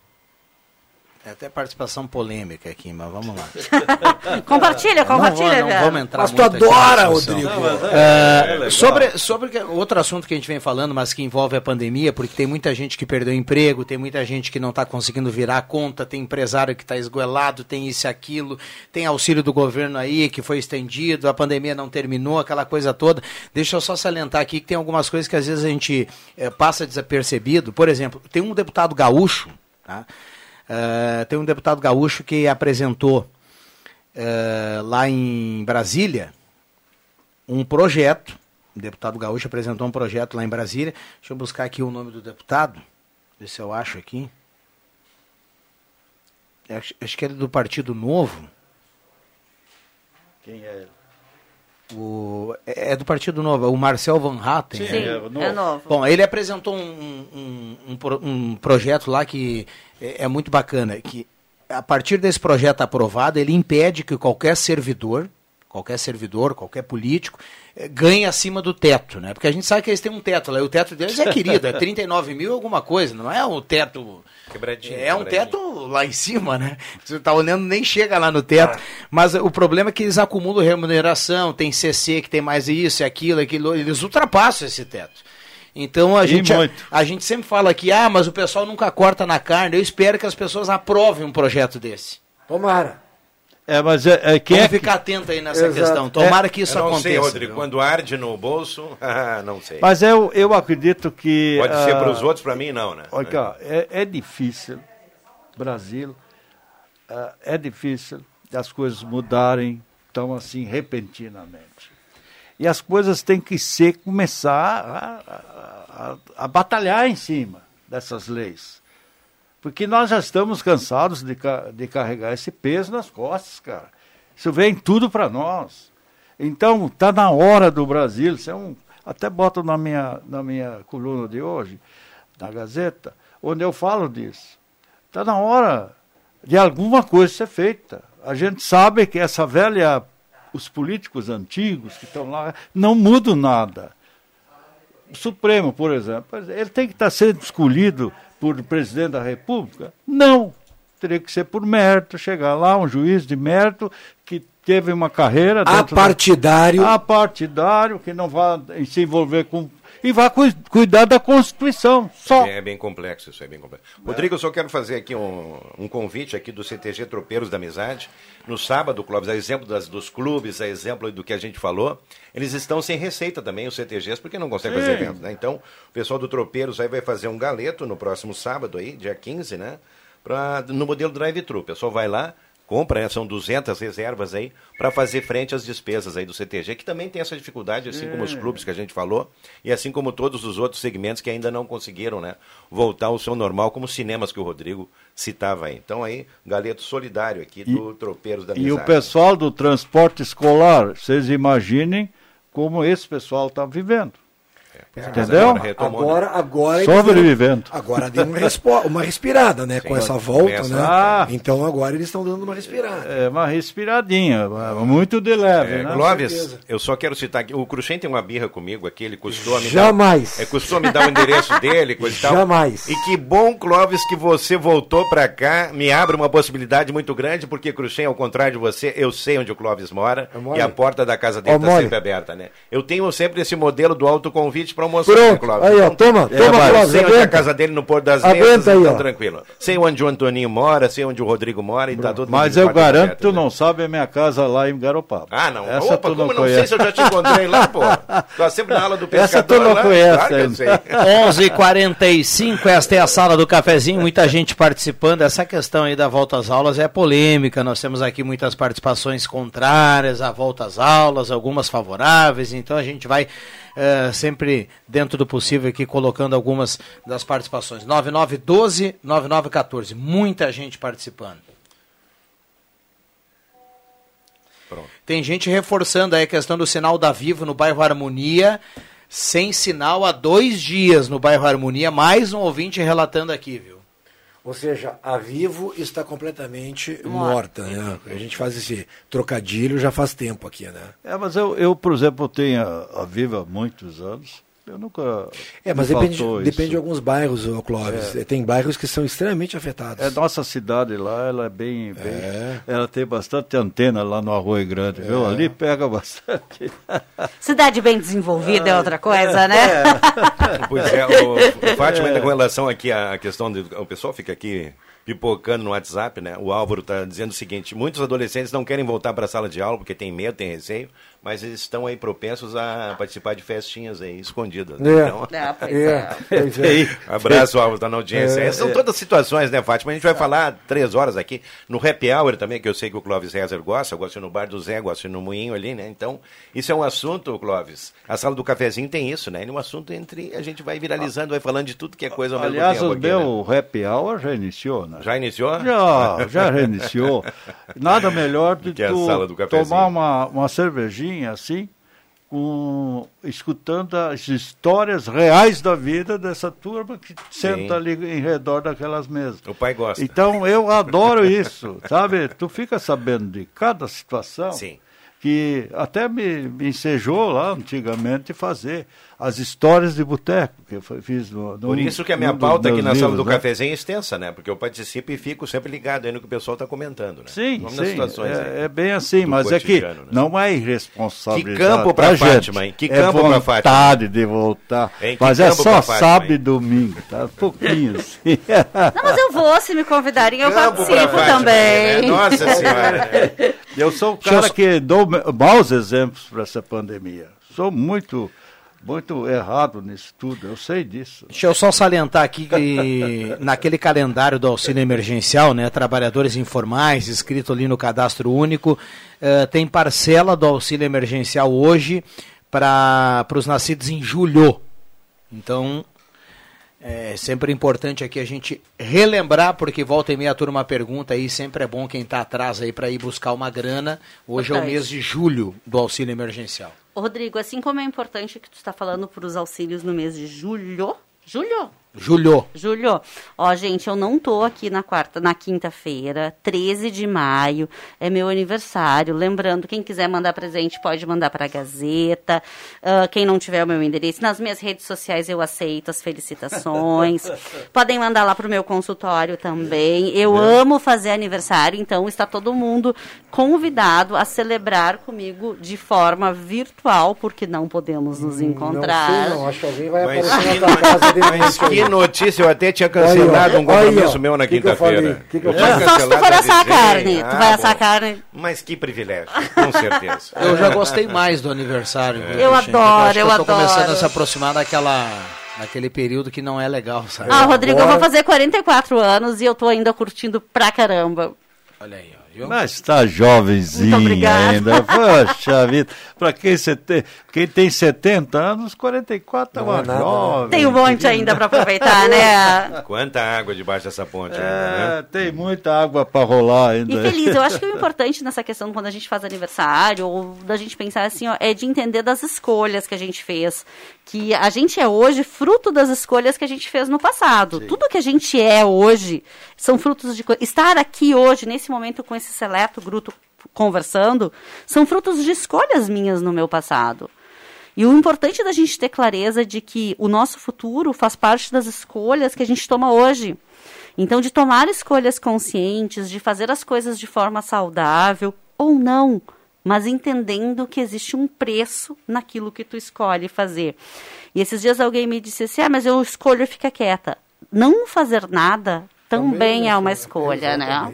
É até participação polêmica aqui, mas vamos lá. compartilha, compartilha. Não, não, não vamos entrar mas tu muito adora, aqui Rodrigo. Não, mas é, é, é sobre sobre que, outro assunto que a gente vem falando, mas que envolve a pandemia, porque tem muita gente que perdeu emprego, tem muita gente que não está conseguindo virar a conta, tem empresário que está esgoelado, tem isso e aquilo, tem auxílio do governo aí que foi estendido, a pandemia não terminou, aquela coisa toda. Deixa eu só salientar aqui que tem algumas coisas que às vezes a gente é, passa desapercebido. Por exemplo, tem um deputado gaúcho, tá? Uh, tem um deputado gaúcho que apresentou uh, lá em Brasília um projeto. O deputado gaúcho apresentou um projeto lá em Brasília. Deixa eu buscar aqui o nome do deputado, ver se eu acho aqui. Acho, acho que ele é do Partido Novo. Quem é ele? O, é do Partido Novo, o Marcel Van Hatten. Sim, é novo. é novo. Bom, ele apresentou um, um, um, um projeto lá que é, é muito bacana, que a partir desse projeto aprovado, ele impede que qualquer servidor, qualquer servidor, qualquer político, eh, ganhe acima do teto, né? Porque a gente sabe que eles têm um teto lá, e o teto deles é querido, é trinta e nove mil alguma coisa, não é um teto... Quebradinho, é um quebradinho. teto lá em cima, né? Você tá olhando, nem chega lá no teto. Mas o problema é que eles acumulam remuneração, tem C C que tem mais isso, aquilo, aquilo, eles ultrapassam esse teto. Então a gente, a, a gente sempre fala aqui, ah, mas o pessoal nunca corta na carne. Eu espero que as pessoas aprovem um projeto desse. Tomara. É, mas é, é quem Vamos é ficar atento aí nessa Exato. questão. Tomara é, que isso eu não aconteça. Sei, Rodrigo, quando arde no bolso, não sei. Mas eu, eu acredito que... Pode uh, ser para os outros, para mim não, né? Olha, é, é difícil, Brasil, uh, é difícil as coisas mudarem tão assim repentinamente. E as coisas têm que ser, começar a, a, a, a batalhar em cima dessas leis. Porque nós já estamos cansados de, de carregar esse peso nas costas, cara. Isso vem tudo para nós. Então, está na hora do Brasil, isso é um, até boto na minha, na minha coluna de hoje, na Gazeta, onde eu falo disso. Está na hora de alguma coisa ser feita. A gente sabe que essa velha, os políticos antigos que estão lá, não mudam nada. O Supremo, por exemplo, ele tem que estar sendo escolhido por presidente da República? Não. Teria que ser por mérito, chegar lá, um juiz de mérito que teve uma carreira... Apartidário. Da... Apartidário, que não vai se envolver com... E vai cu cuidar da Constituição, só. É bem complexo, isso é bem complexo. É. Rodrigo, eu só quero fazer aqui um, um convite aqui do C T G Tropeiros da Amizade. No sábado, Clóvis, a exemplo das, dos clubes, a exemplo do que a gente falou, eles estão sem receita também, os C T Gs, porque não conseguem fazer eventos, né? Então, o pessoal do Tropeiros aí vai fazer um galeto no próximo sábado aí, dia quinze, né? Pra, no modelo drive-thru. O pessoal vai lá, compra, né? São duzentas reservas aí, para fazer frente às despesas aí do C T G, que também tem essa dificuldade, assim é. como os clubes que a gente falou, e assim como todos os outros segmentos que ainda não conseguiram, né, voltar ao seu normal, como os cinemas que o Rodrigo citava aí. Então aí, galeto solidário aqui do e, Tropeiros da Amizade. E o pessoal do transporte escolar, vocês imaginem como esse pessoal está vivendo. É, entendeu? Agora, agora, agora sobrevivendo. Agora deu uma, uma respirada, né? Sim, com essa volta, começa, né? Ah, então agora eles estão dando uma respirada. É, uma respiradinha, muito de leve, é, né? Clóvis, eu só quero citar aqui, o Cruxem tem uma birra comigo aqui, ele custou a me Jamais. dar... É, custou me dar o endereço dele, coisa e tal. Jamais. E que bom, Clóvis, que você voltou pra cá, me abre uma possibilidade muito grande, porque Cruxem, ao contrário de você, eu sei onde o Clóvis mora, e a porta da casa dele está sempre aberta, né? Eu tenho sempre esse modelo do autoconvite para almoçar. Pronto, aí ó, toma, é, toma, Clóvis, sei onde é a casa dele no Porto das Mesas, aí, então ó. tranquilo. Sei onde o Antoninho mora, sei onde o Rodrigo mora e tá tudo. Mas eu garanto que tu não sabe a minha casa lá em Garopaba. Ah, não. Essa Opa, tu como não não sei se eu já te encontrei lá, pô. Tô sempre na aula do pescador. Essa tu não lá. conhece, Claro que eu sei. onze e quarenta e cinco, esta é a sala do cafezinho, muita gente participando. Essa questão aí da volta às aulas é polêmica. Nós temos aqui muitas participações contrárias à volta às aulas, algumas favoráveis, então a gente vai uh, sempre dentro do possível aqui colocando algumas das participações. nove nove um dois, nove nove um quatro, muita gente participando. Pronto. Tem gente reforçando aí a questão do sinal da Vivo no bairro Harmonia, sem sinal há dois dias no bairro Harmonia, mais um ouvinte relatando aqui, viu? Ou seja, a Vivo está completamente morta, né? A gente faz esse trocadilho já faz tempo aqui, né? É, mas eu, eu por exemplo, tenho a, a Vivo há muitos anos. Eu nunca. É, mas depende, depende de alguns bairros, Clóvis. É. Tem bairros que são extremamente afetados. É, nossa cidade lá, ela é bem. bem é. Ela tem bastante antena lá no Arroio Grande, é. viu? Ali pega bastante. Cidade bem desenvolvida é, é outra coisa, é. né? É. Pois é, o, o Fátima, ainda com relação aqui à questão de. O pessoal fica aqui pipocando no WhatsApp, né? O Álvaro está dizendo o seguinte: muitos adolescentes não querem voltar para a sala de aula porque tem medo, tem receio, mas eles estão aí propensos a participar de festinhas aí escondidas. Né? É. Então, é, pois é. Pois é. Abraço, Álvaro, tá na audiência. É, São é. todas situações, né, Fátima? A gente vai falar três horas aqui no Happy Hour também, que eu sei que o Clóvis Rezer gosta, eu gosto no Bar do Zé, gosto no Moinho ali, né? Então, isso é um assunto, Clóvis. A sala do cafezinho tem isso, né? É um assunto entre a gente vai viralizando, vai falando de tudo que é coisa ao mesmo Aliás, tempo. Aliás, o aqui, meu né? Happy Hour já iniciou, né? Já iniciou? Já, já reiniciou. Nada melhor do que é tu tomar uma, uma cervejinha assim, com, escutando as histórias reais da vida dessa turma que senta Sim. ali em redor daquelas mesas. O pai gosta. Então eu adoro isso, sabe? Tu fica sabendo de cada situação. Sim. Que até me, me ensejou lá antigamente fazer as histórias de boteco que eu fiz no, no Por isso que a minha no, pauta aqui na livros, sala do né? cafezinho é extensa, né? Porque eu participo e fico sempre ligado aí no que o pessoal está comentando, né? Sim, Vamos sim, situações é, é bem assim, mas é que né? não é irresponsabilidade. Que campo para a Fátima, hein? Que campo é para Fátima. vontade de voltar, hein? mas é só sábado e domingo, tá? Um pouquinho assim. Não, mas eu vou, se me convidarem, eu campo participo também. Né? Nossa Senhora, né? Eu sou o cara que dou maus exemplos para essa pandemia. Sou muito... muito errado nisso tudo, eu sei disso. Deixa eu só salientar aqui que naquele calendário do auxílio emergencial, né, trabalhadores informais, escrito ali no cadastro único, uh, tem parcela do auxílio emergencial hoje para os nascidos em julho. Então, é sempre importante aqui a gente relembrar, porque volta e meia a turma pergunta aí, sempre é bom quem está atrás aí para ir buscar uma grana. Hoje é o mês de julho do auxílio emergencial. Rodrigo, assim como é importante que tu está falando para os auxílios no mês de julho, julho? Julho. Julho. Ó, gente, eu não tô aqui na quarta, na quinta-feira, treze de maio, é meu aniversário. Lembrando, quem quiser mandar presente pode mandar para a Gazeta. Uh, quem não tiver o meu endereço, nas minhas redes sociais eu aceito as felicitações. Podem mandar lá pro meu consultório também. Eu é. amo fazer aniversário, então está todo mundo convidado a celebrar comigo de forma virtual, porque não podemos nos encontrar. Não, sei, não. Acho que alguém vai mas aparecer na tua casa dentro de notícia, eu até tinha cancelado aí, um compromisso aí, meu na quinta-feira. Só se tu for assar a carne. Ah, tu vai assar a carne. Mas que privilégio, com certeza. Eu já gostei mais do aniversário. É. Eu adoro, eu, eu tô adoro. começando a se aproximar daquela, daquele período que não é legal, sabe? Ah, Rodrigo, agora... eu vou fazer quarenta e quatro anos e eu tô ainda curtindo pra caramba. Olha aí, ó. Mas está jovenzinho ainda. Poxa vida. Para quem, sete... quem tem setenta anos, quarenta e quatro é uma jovem. Tem um monte ainda para aproveitar, né? Quanta água debaixo dessa ponte é, ainda, né? Tem muita água para rolar ainda. E feliz, eu acho que o importante nessa questão, quando a gente faz aniversário, ou da gente pensar assim, ó, é de entender das escolhas que a gente fez. Que a gente é hoje fruto das escolhas que a gente fez no passado. Sim. Tudo que a gente é hoje são frutos de... Estar aqui hoje, nesse momento, com esse seleto grupo conversando, são frutos de escolhas minhas no meu passado. E o importante da gente ter clareza de que o nosso futuro faz parte das escolhas que a gente toma hoje. Então, de tomar escolhas conscientes, de fazer as coisas de forma saudável ou não, mas entendendo que existe um preço naquilo que tu escolhe fazer. E esses dias alguém me disse assim, ah, mas eu escolho ficar quieta. Não fazer nada também, também é uma escolha, é né?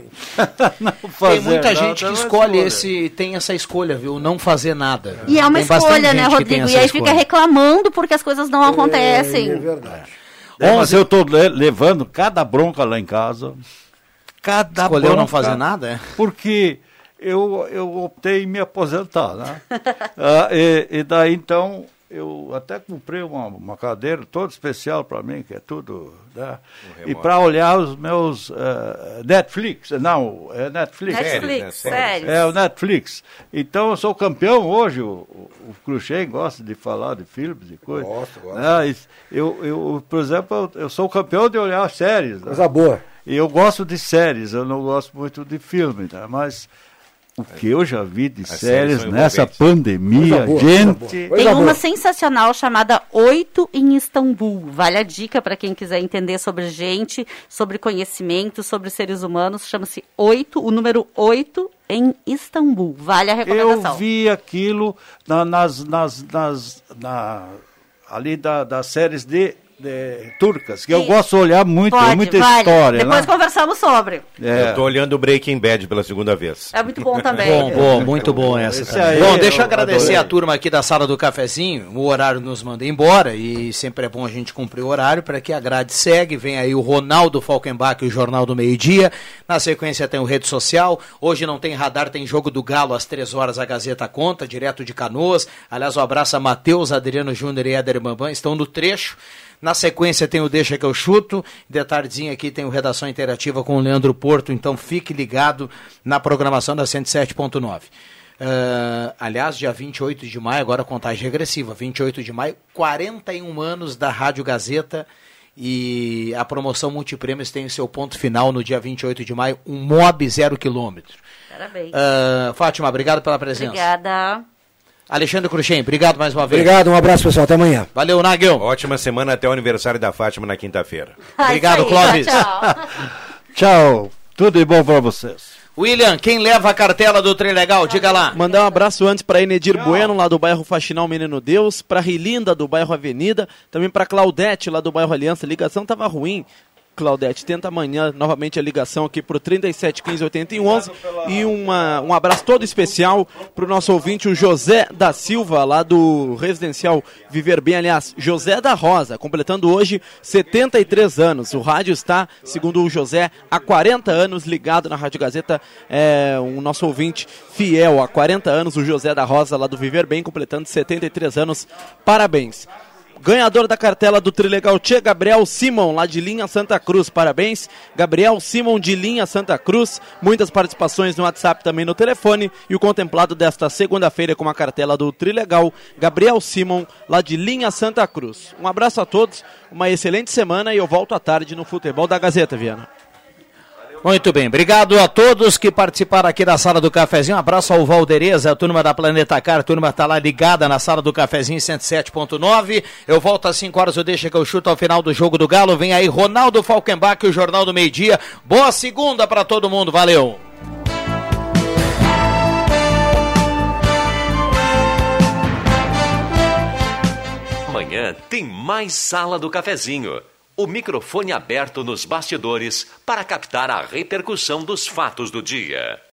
Tem muita gente que escolhe esse, tem essa escolha, viu? Não fazer nada. E é uma tem escolha, né, Rodrigo? E aí escolha. Fica reclamando porque as coisas não acontecem. É, é verdade. É, mas eu estou levando cada bronca lá em casa. Cada Escolheu bronca, não fazer nada, é? Porque eu, eu optei em me aposentar, né? ah, e, e daí, então, eu até comprei uma, uma cadeira toda especial para mim, que é tudo... Né? E para olhar os meus uh, Netflix, não, é Netflix. Netflix, sério. É o Netflix. Então, eu sou campeão hoje, o, o, o Cruxem gosta de falar de filmes e coisas. Gosto, gosto. Né? Eu, eu, por exemplo, eu, eu sou campeão de olhar séries. Coisa né? boa. E eu gosto de séries, eu não gosto muito de filme, né? Mas o que eu já vi de As séries nessa pandemia, boa, gente... Tem uma sensacional chamada Oito em Istambul. Vale a dica para quem quiser entender sobre gente, sobre conhecimento, sobre seres humanos. Chama-se Oito, o número oito em Istambul. Vale a recomendação. Eu vi aquilo na, nas, nas, nas, na, ali da, das séries de... De, turcas, que Sim. eu gosto de olhar muito, Pode, muita vale. história. Depois né? conversamos sobre. É. Eu tô olhando o Breaking Bad pela segunda vez. É muito bom também. Bom, bom, muito bom essa. Aí, bom, deixa eu agradecer a turma aqui da Sala do Cafezinho. O horário nos manda embora e sempre é bom a gente cumprir o horário para que a grade segue. Vem aí o Ronaldo Falkenbach e o Jornal do Meio-Dia. Na sequência tem o Rede Social. Hoje não tem radar, tem Jogo do Galo às três horas, a Gazeta conta, direto de Canoas. Aliás, um abraço a Matheus, Adriano Júnior e Éder Bambam, estão no trecho. Na sequência tem o Deixa Que Eu Chuto, de tardinha aqui tem o Redação Interativa com o Leandro Porto, então fique ligado na programação da cento e sete ponto nove. Uh, aliás, dia vinte e oito de maio, agora contagem regressiva, vinte e oito de maio, quarenta e um anos da Rádio Gazeta e a promoção Multiprêmios tem o seu ponto final no dia vinte e oito de maio, um mob zero quilômetro. Parabéns. Uh, Fátima, obrigado pela presença. Obrigada. Alexandre Cruxem, obrigado mais uma vez. Obrigado, um abraço pessoal, até amanhã. Valeu, Nagel. Ótima semana até o aniversário da Fátima na quinta-feira. Obrigado, Clóvis. Tchau. Tchau, tudo de bom para vocês. William, quem leva a cartela do Trilegal? Diga lá. Mandar um abraço antes para Enedir Tchau. Bueno, lá do bairro Faxinal Menino Deus, para Rilinda, do bairro Avenida, também para Claudete, lá do bairro Aliança. A ligação tava ruim. Claudete, tenta amanhã novamente a ligação aqui pro trinta e sete, quinze, oitenta e um, onze. E uma, um abraço todo especial pro nosso ouvinte, o José da Silva, lá do Residencial Viver Bem, aliás, José da Rosa, completando hoje setenta e três anos. O rádio está, segundo o José, há quarenta anos ligado na Rádio Gazeta, é um nosso ouvinte fiel, há quarenta anos, o José da Rosa, lá do Viver Bem, completando setenta e três anos. Parabéns. Ganhador da cartela do Trilegal Tchê, Gabriel Simon, lá de Linha Santa Cruz. Parabéns, Gabriel Simon de Linha Santa Cruz. Muitas participações no WhatsApp, também no telefone. E o contemplado desta segunda-feira com a cartela do Trilegal, Gabriel Simon, lá de Linha Santa Cruz. Um abraço a todos, uma excelente semana e eu volto à tarde no Futebol da Gazeta, Viana. Muito bem, obrigado a todos que participaram aqui da Sala do Cafezinho. Um abraço ao Valdereza, a turma da Planeta Car, a turma está lá ligada na Sala do Cafezinho cento e sete ponto nove. Eu volto às cinco horas, eu deixo que eu chuto ao final do Jogo do Galo. Vem aí Ronaldo Falkenbach e o Jornal do Meio Dia. Boa segunda para todo mundo, valeu! Amanhã tem mais Sala do Cafezinho. O microfone aberto nos bastidores para captar a repercussão dos fatos do dia.